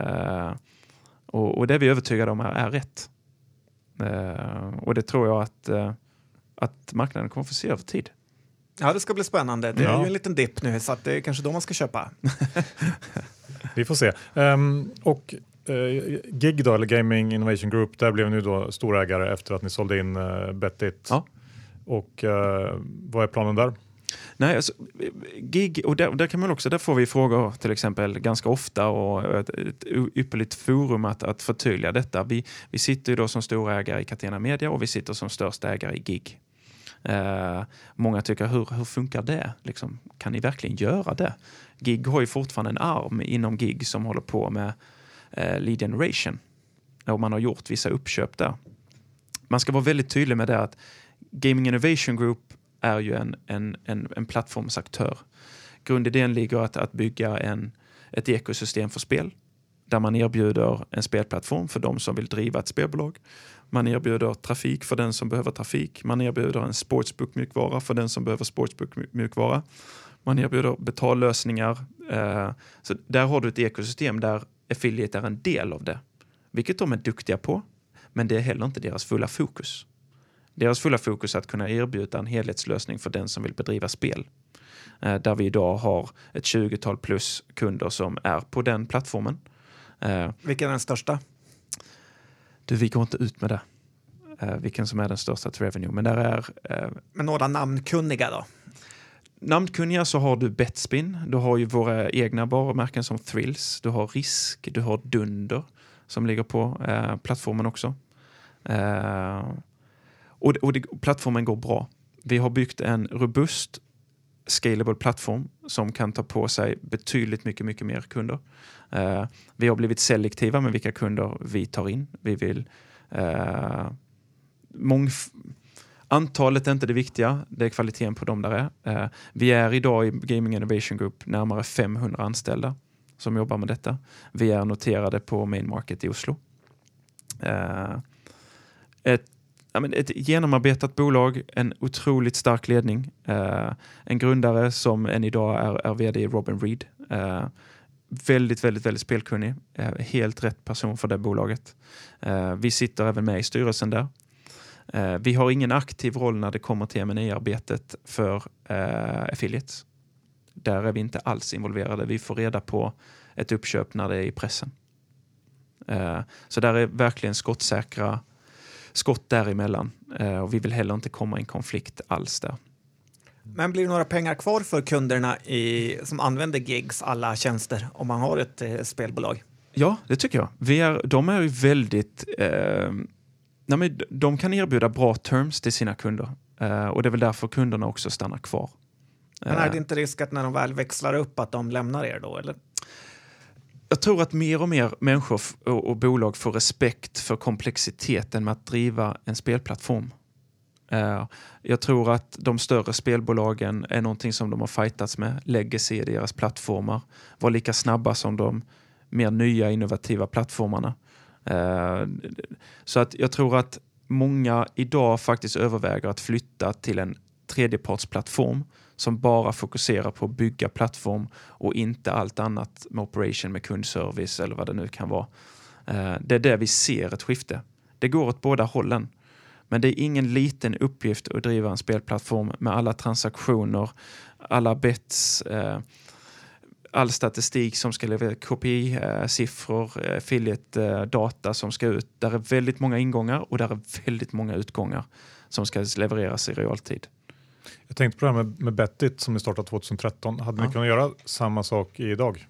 Och det vi är övertygade om är rätt. Och det tror jag att marknaden kommer att få se över tid. Ja, det ska bli spännande. Det är ju en liten dipp nu så att det är kanske då man ska köpa. Vi får se. GIG då, eller Gaming Innovation Group, där blev ni då storägare efter att ni sålde in Betit. Ja. Och vad är planen där? Nej, alltså, GIG, och där kan man också, där får vi frågor till exempel ganska ofta och ett ypperligt forum att förtydliga detta. Vi sitter ju då som storägare i Catena Media och vi sitter som största ägare i GIG. Många tycker, hur funkar det? Liksom, kan ni verkligen göra det? GIG har ju fortfarande en arm inom GIG som håller på med lead generation. Och man har gjort vissa uppköp där. Man ska vara väldigt tydlig med det att Gaming Innovation Group är ju en plattformsaktör. Grundidén ligger att bygga ett ekosystem för spel där man erbjuder en spelplattform för de som vill driva ett spelbolag. Man erbjuder trafik för den som behöver trafik. Man erbjuder en sportsbook-mjukvara för den som behöver sportsbook-mjukvara. Man erbjuder betallösningar. Så där har du ett ekosystem där affiliate är en del av det. Vilket de är duktiga på. Men det är heller inte deras fulla fokus. Deras fulla fokus är att kunna erbjuda en helhetslösning för den som vill bedriva spel. Där vi idag har ett 20-tal plus kunder som är på den plattformen. Vilken är den största? Vi går inte ut med det. Vilken som är den största till revenue. Men där är... Men några namnkunniga då? Namnkunniga så har du Betspin. Du har ju våra egna varumärken som Thrills. Du har Risk. Du har Dunder som ligger på plattformen också. Plattformen går bra. Vi har byggt en robust scalable plattform som kan ta på sig betydligt mycket mer kunder. Vi har blivit selektiva med vilka kunder vi tar in. Vi vill antalet är inte det viktiga, det är kvaliteten på dem där är. Vi är idag i Gaming Innovation Group närmare 500 anställda som jobbar med detta. Vi är noterade på Main Market i Oslo. ett genomarbetat bolag, en otroligt stark ledning. En grundare som än idag är vd Robin Reed. Väldigt, väldigt, väldigt spelkunnig. Helt rätt person för det bolaget. Vi sitter även med i styrelsen där. Vi har ingen aktiv roll när det kommer till M&A-arbetet för affiliates. Där är vi inte alls involverade. Vi får reda på ett uppköp när det är i pressen. Så där är verkligen skottsäkra skott däremellan. Och vi vill heller inte komma i en konflikt alls där. Men blir det några pengar kvar för kunderna som använder gigs alla tjänster om man har ett spelbolag? Ja, det tycker jag. De är ju väldigt... de kan erbjuda bra terms till sina kunder. Och det är väl därför kunderna också stannar kvar. Men är det inte risk att när de väl växlar upp att de lämnar er då, eller? Jag tror att mer och mer människor och bolag får respekt för komplexiteten med att driva en spelplattform. Jag tror att de större spelbolagen är någonting som de har fightats med. Legacy i deras plattformar. Var lika snabba som de mer nya innovativa plattformarna. Så att jag tror att många idag faktiskt överväger att flytta till en tredjepartsplattform som bara fokuserar på att bygga plattform och inte allt annat med operation, med kundservice eller vad det nu kan vara. Det är där vi ser ett skifte. Det går åt båda hållen. Men det är ingen liten uppgift att driva en spelplattform med alla transaktioner, alla bets, all statistik som ska leverera, KPI-siffror, affiliate-data som ska ut. Där är väldigt många ingångar och där är väldigt många utgångar som ska levereras i realtid. Jag tänkte på det här med Bettit som ni startade 2013. Hade ni kunnat göra samma sak idag?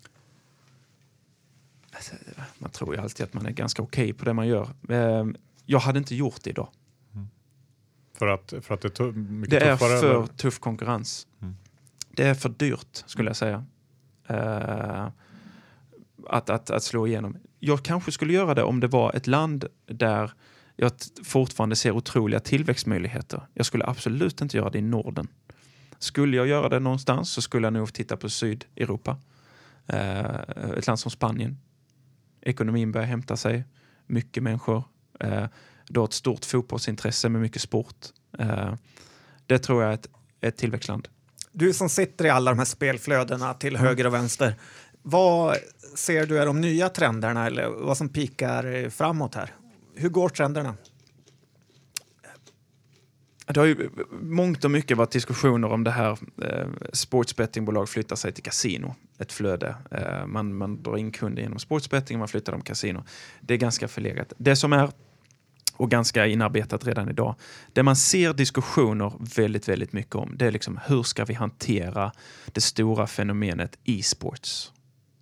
Man tror ju alltid att man är ganska okej på det man gör. Jag hade inte gjort det idag. För att det är mycket det är tuffare? för eller? tuff konkurrens. Det är för dyrt, skulle jag säga. Att slå igenom. Jag kanske skulle göra det om det var ett land där jag fortfarande ser otroliga tillväxtmöjligheter. Jag skulle absolut inte göra det i Norden. Skulle jag göra det någonstans så skulle jag nog titta på Sydeuropa. Ett land som Spanien. Ekonomin börjar hämta sig. Mycket människor. Då ett stort fotbollsintresse med mycket sport. Det tror jag är ett tillväxtland. Du som sitter i alla de här spelflödena till höger och vänster. Vad ser du är de nya trenderna eller vad som pikar framåt här? Hur går trenderna? Det har ju mångt och mycket varit diskussioner om det här. Sportsbettingbolag flyttar sig till kasino. Ett flöde. Man drar in kunder genom sportsbetting och man flyttar dem kasino. Det är ganska förlegat. Det som är och ganska inarbetat redan idag. Det man ser diskussioner väldigt, väldigt mycket om. Det är liksom hur ska vi hantera det stora fenomenet e-sports?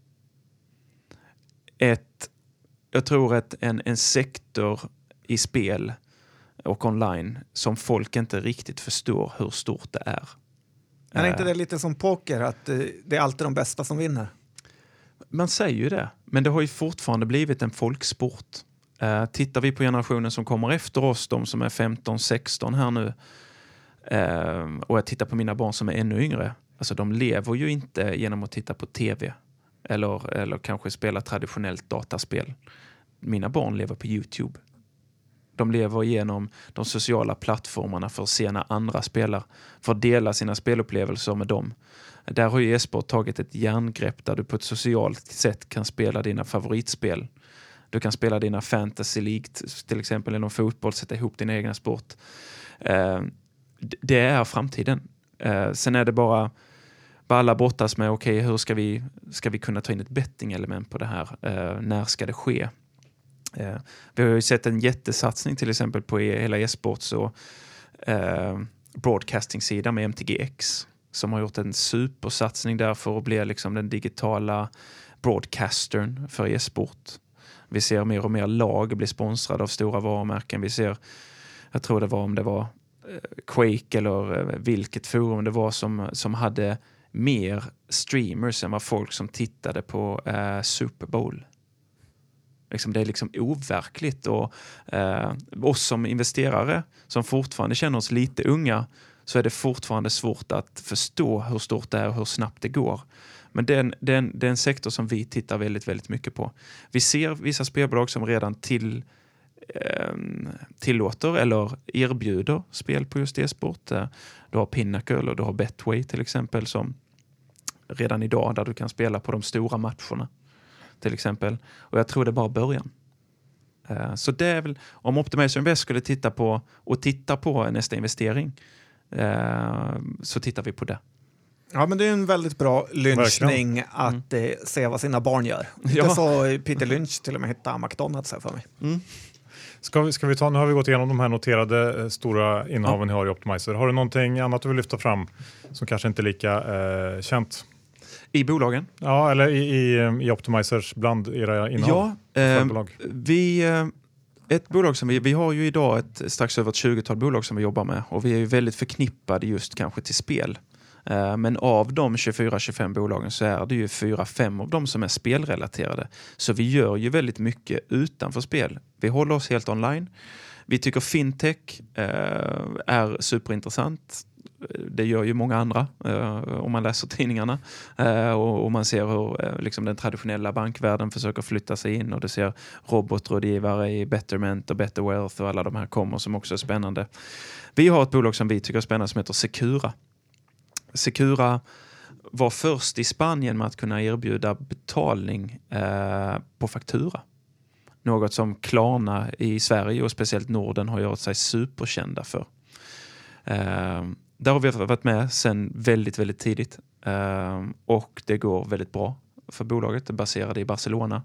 Jag tror att en sektor i spel och online som folk inte riktigt förstår hur stort det är. Men är inte det lite som poker att det är alltid de bästa som vinner? Man säger ju det, men det har ju fortfarande blivit en folksport. Tittar vi på generationen som kommer efter oss, de som är 15-16 här nu, och jag tittar på mina barn som är ännu yngre, alltså de lever ju inte genom att titta på tv eller kanske spela traditionellt dataspel. Mina barn lever på YouTube. De lever genom de sociala plattformarna för att se när andra spelar, för att dela sina spelupplevelser med dem. Där har ju e-sport tagit ett järngrepp där du på ett socialt sätt kan spela dina favoritspel. Du kan spela dina fantasy League till exempel eller fotboll, sätta ihop din egna sport. Det är framtiden. Sen är det bara alla brottas med hur ska vi kunna ta in ett betting-element på det här? När ska det ske? Vi har ju sett en jättesatsning till exempel på hela e-sports och broadcasting-sidan med MTGX som har gjort en supersatsning där för att bli liksom den digitala broadcastern för e-sport. Vi ser mer och mer lag bli sponsrade av stora varumärken. Vi ser, jag tror om det var Quake eller vilket forum det var som hade mer streamers än vad folk som tittade på Super Bowl. Det är liksom overkligt och oss som investerare som fortfarande känner oss lite unga så är det fortfarande svårt att förstå hur stort det är och hur snabbt det går. Men det är en sektor som vi tittar väldigt, väldigt mycket på. Vi ser vissa spelbolag som redan tillåter eller erbjuder spel på just e-sport. Du har Pinnacle och du har Betway till exempel som redan idag där du kan spela på de stora matcherna till exempel. Och jag tror det är bara början. Så det är väl, om Optimizer Invest skulle titta på nästa investering så tittar vi på det. Ja, men det är en väldigt bra lynchning att se vad sina barn gör. Ja. Det så Peter Lynch till och med hitta McDonalds här för mig. Ska vi ta, nu har vi gått igenom de här noterade stora innehaven ni har i Optimizer. Har du någonting annat du vill lyfta fram som kanske inte är lika känt? I bolagen? Ja, eller i Optimizers bland era innehav. Ett bolag som vi har ju idag strax över ett 20-tal bolag som vi jobbar med och vi är ju väldigt förknippade just kanske till spel. Men av de 24-25 bolagen så är det ju 4-5 av dem som är spelrelaterade. Så vi gör ju väldigt mycket utanför spel. Vi håller oss helt online. Vi tycker fintech är superintressant. Det gör ju många andra om man läser tidningarna och man ser hur liksom den traditionella bankvärlden försöker flytta sig in och du ser robotrådgivare i Betterment och Better Wealth och alla de här kommer som också är spännande. Vi har ett bolag som vi tycker är spännande som heter Secura. Secura var först i Spanien med att kunna erbjuda betalning på faktura. Något som Klarna i Sverige och speciellt Norden har gjort sig superkända för. Där har vi varit med sedan väldigt, väldigt tidigt. Och det går väldigt bra för bolaget. Det är baserade i Barcelona.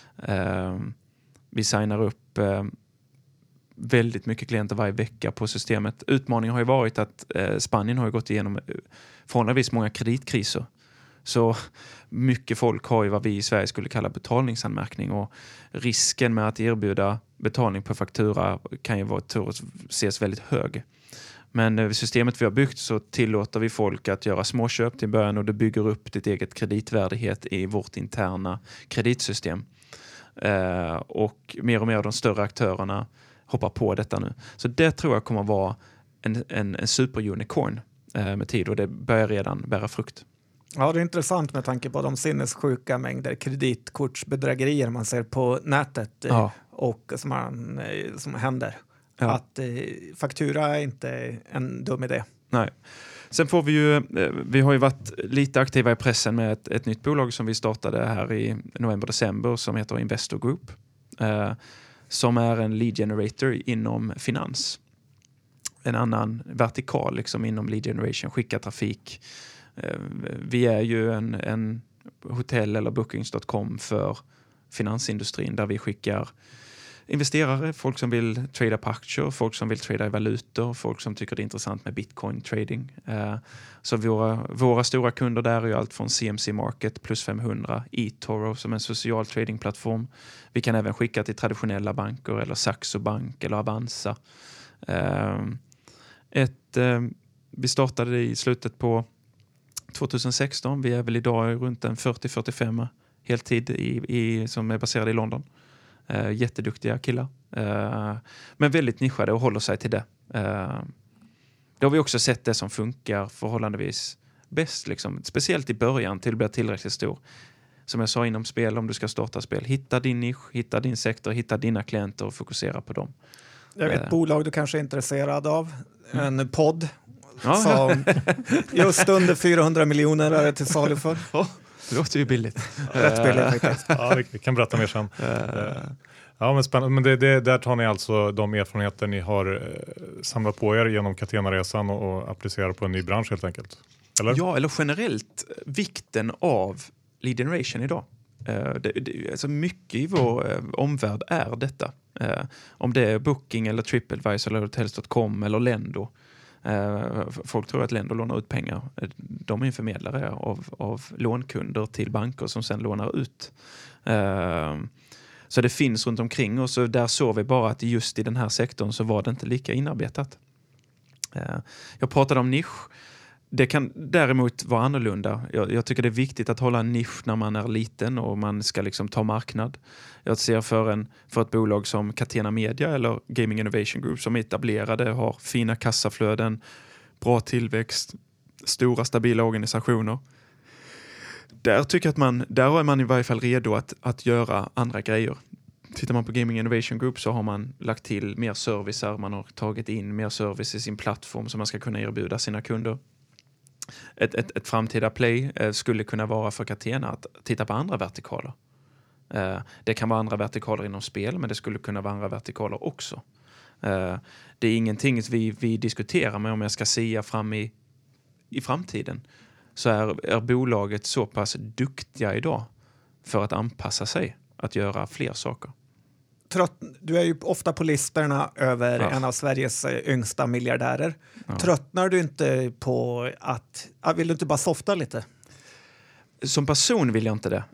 Vi signar upp väldigt mycket klienter varje vecka på systemet. Utmaningen har ju varit att Spanien har ju gått igenom förhållandevis många kreditkriser. Så mycket folk har ju vad vi i Sverige skulle kalla betalningsanmärkning och risken med att erbjuda betalning på faktura kan ju ses väldigt hög. Men systemet vi har byggt så tillåter vi folk att göra småköp till början och det bygger upp ditt eget kreditvärdighet i vårt interna kreditsystem. Och mer av de större aktörerna hoppar på detta nu. Så det tror jag kommer vara en superunicorn med tid och det börjar redan bära frukt. Ja, det är intressant med tanke på de sinnessjuka mängder kreditkortsbedrägerier man ser på nätet och som händer. Ja. Att faktura är inte en dum idé. Nej. Sen får vi har ju varit lite aktiva i pressen med ett nytt bolag som vi startade här i november-december som heter Investor Group. Som är en lead generator inom finans. En annan vertikal liksom inom lead generation, skicka trafik. Vi är ju en hotell eller bookings.com för finansindustrin där vi skickar investerare, folk som vill trada på aktier, folk som vill trada i valutor, folk som tycker det är intressant med bitcoin trading. Så våra stora kunder där är ju allt från CMC Market, Plus 500, eToro som en social tradingplattform. Vi kan även skicka till traditionella banker eller Saxo Bank eller Avanza. Vi startade i slutet på 2016. Vi är väl idag runt en 40-45 heltid som är baserad i London. Jätteduktiga killar. Men väldigt nischade och håller sig till det. Då har vi också sett det som funkar förhållandevis bäst. Liksom. Speciellt i början till att bli tillräckligt stor. Som jag sa inom spel, om du ska starta spel. Hitta din nisch, hitta din sektor, hitta dina klienter och fokusera på dem. Jag vet ett bolag du kanske är intresserad av. En podd. Som just under 400 miljoner är det till salu för. Det låter ju billigt. Rätt billigt faktiskt. Ja, vi kan berätta mer sen. Ja, men spännande. Men där tar ni alltså de erfarenheter ni har samlat på er genom Catena-resan och applicerar på en ny bransch helt enkelt? Eller? Ja, eller generellt vikten av lead generation idag. Alltså mycket i vår omvärld är detta. Om det är Booking eller TripAdvisor eller Hotels.com eller Lendo. Folk tror att Lendo lånar ut pengar. De är en förmedlare av lånkunder till banker som sen lånar ut. Så det finns runt omkring och så där såg vi bara att just i den här sektorn så var det inte lika inarbetat. Jag pratade om nisch. Det kan däremot vara annorlunda. Jag tycker det är viktigt att hålla en nisch när man är liten och man ska liksom ta marknad. Jag ser för ett bolag som Catena Media eller Gaming Innovation Group som är etablerade, har fina kassaflöden, bra tillväxt, stora stabila organisationer. Där tycker jag att där är man i varje fall redo att göra andra grejer. Tittar man på Gaming Innovation Group så har man lagt till mer servicer. Man har tagit in mer service i sin plattform som man ska kunna erbjuda sina kunder. Ett framtida play skulle kunna vara för Catena att titta på andra vertikaler. Det kan vara andra vertikaler inom spel, men det skulle kunna vara andra vertikaler också. Det är ingenting vi diskuterar, men om jag ska sia fram i framtiden så är bolaget så pass duktiga idag för att anpassa sig, att göra fler saker. Du är ju ofta på listorna över en av Sveriges yngsta miljardärer. Ja. Tröttnar du inte på vill du inte bara softa lite? Som person vill jag inte det.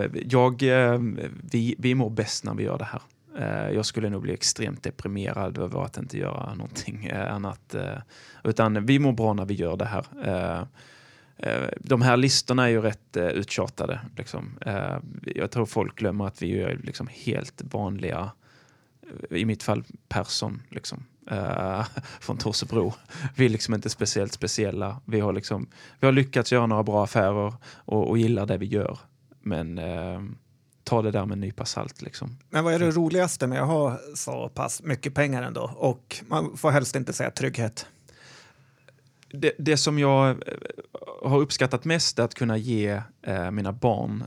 Vi mår bäst när vi gör det här. Jag skulle nog bli extremt deprimerad över att inte göra någonting annat. Utan vi mår bra när vi gör det här. De här listorna är ju rätt uttjatade. Liksom. Jag tror folk glömmer att vi är liksom helt vanliga, i mitt fall person liksom, från Torsebro. Vi är liksom inte speciella. Vi har lyckats göra några bra affärer och gillar det vi gör. Men ta det där med en nypa salt. Liksom. Men vad är det roligaste med att ha så pass mycket pengar ändå? Och man får helst inte säga trygghet. Det som jag har uppskattat mest är att kunna ge mina barn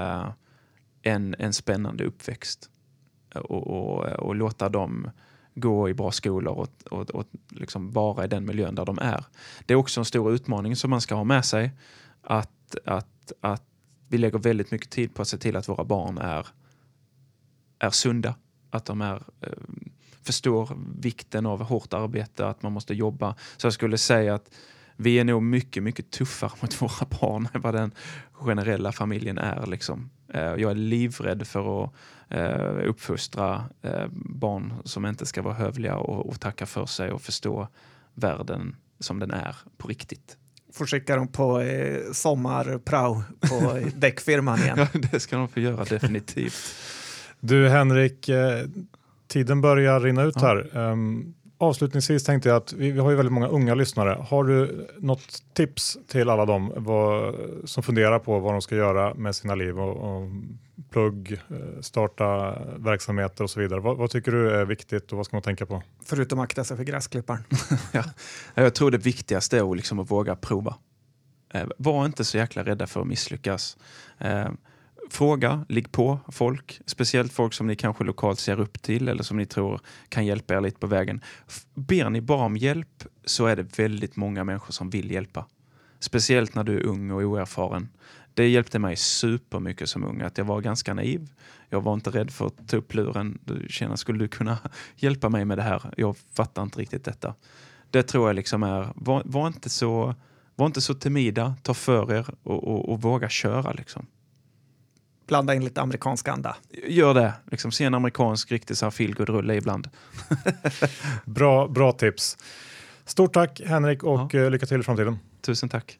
en spännande uppväxt. Och låta dem gå i bra skolor och liksom vara i den miljön där de är. Det är också en stor utmaning som man ska ha med sig. Att vi lägger väldigt mycket tid på att se till att våra barn är sunda. Att de förstår vikten av hårt arbete, att man måste jobba. Så jag skulle säga att vi är nog mycket, mycket tuffare mot våra barn än vad den generella familjen är. Liksom. Jag är livrädd för att uppfostra barn som inte ska vara hövliga och tacka för sig och förstå världen som den är på riktigt. Får skicka dem på sommarprao på däckfirman igen. Ja, det ska de få göra definitivt. Du Henrik, tiden börjar rinna ut här. Avslutningsvis tänkte jag att vi har ju väldigt många unga lyssnare. Har du något tips till alla dem som funderar på vad de ska göra med sina liv och plugg, starta verksamheter och så vidare? Vad tycker du är viktigt och vad ska man tänka på? Förutom att akta sig för gräsklipparen. Ja. Jag tror det viktigaste är liksom att våga prova. Var inte så jäkla rädda för att misslyckas. Fråga, ligg på folk, speciellt folk som ni kanske lokalt ser upp till eller som ni tror kan hjälpa er lite på vägen. Ber ni bara om hjälp så är det väldigt många människor som vill hjälpa. Speciellt när du är ung och oerfaren. Det hjälpte mig supermycket som ung, att jag var ganska naiv. Jag var inte rädd för att ta upp luren. Du känner, skulle du kunna hjälpa mig med det här? Jag fattar inte riktigt detta. Det tror jag liksom är, var inte så timida, ta för er och våga köra liksom. Blanda in lite amerikansk anda. Gör det. Liksom, se en amerikansk riktigt så här feel-good-rulle ibland. Bra tips. Stort tack Henrik och lycka till i framtiden. Tusen tack.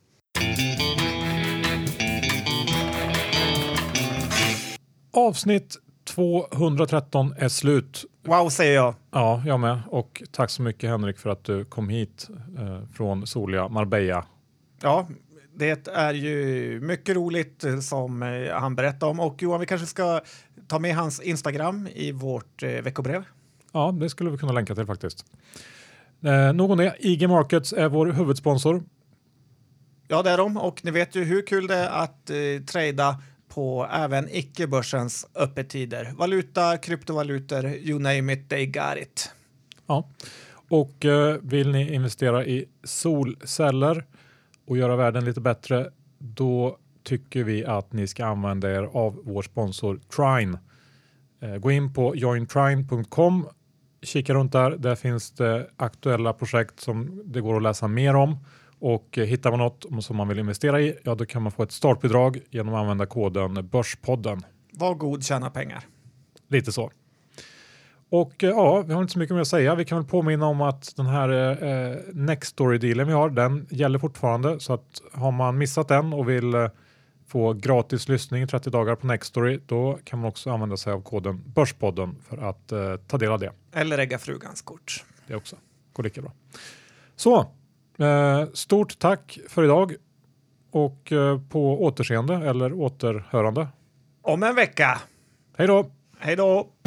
Avsnitt 213 är slut. Wow, säger jag. Ja, jag med. Och tack så mycket Henrik för att du kom hit från soliga Marbella. Ja, det är ju mycket roligt som han berättade om. Och Johan, vi kanske ska ta med hans Instagram i vårt veckobrev. Ja, det skulle vi kunna länka till faktiskt. Någon är IG Markets är vår huvudsponsor. Ja, det är de. Och ni vet ju hur kul det är att trada på även icke-börsens öppettider. Valuta, kryptovalutor, you name it, they got it. Ja, och vill ni investera i solceller och göra världen lite bättre, då tycker vi att ni ska använda er av vår sponsor Trine. Gå in på jointrine.com, kika runt där finns det aktuella projekt som det går att läsa mer om. Och hittar man något som man vill investera i, ja då kan man få ett startbidrag genom att använda koden Börspodden. Var god, tjäna pengar. Lite så. Och ja, vi har inte så mycket mer att säga. Vi kan väl påminna om att den här Nextory-dealen vi har, den gäller fortfarande. Så att har man missat den och vill få gratis lyssning i 30 dagar på Nextory, då kan man också använda sig av koden Börspodden för att ta del av det. Eller äga frugans kort. Det också. Går lika bra. Så, stort tack för idag och på återseende eller återhörande. Om en vecka. Hej då! Hej då!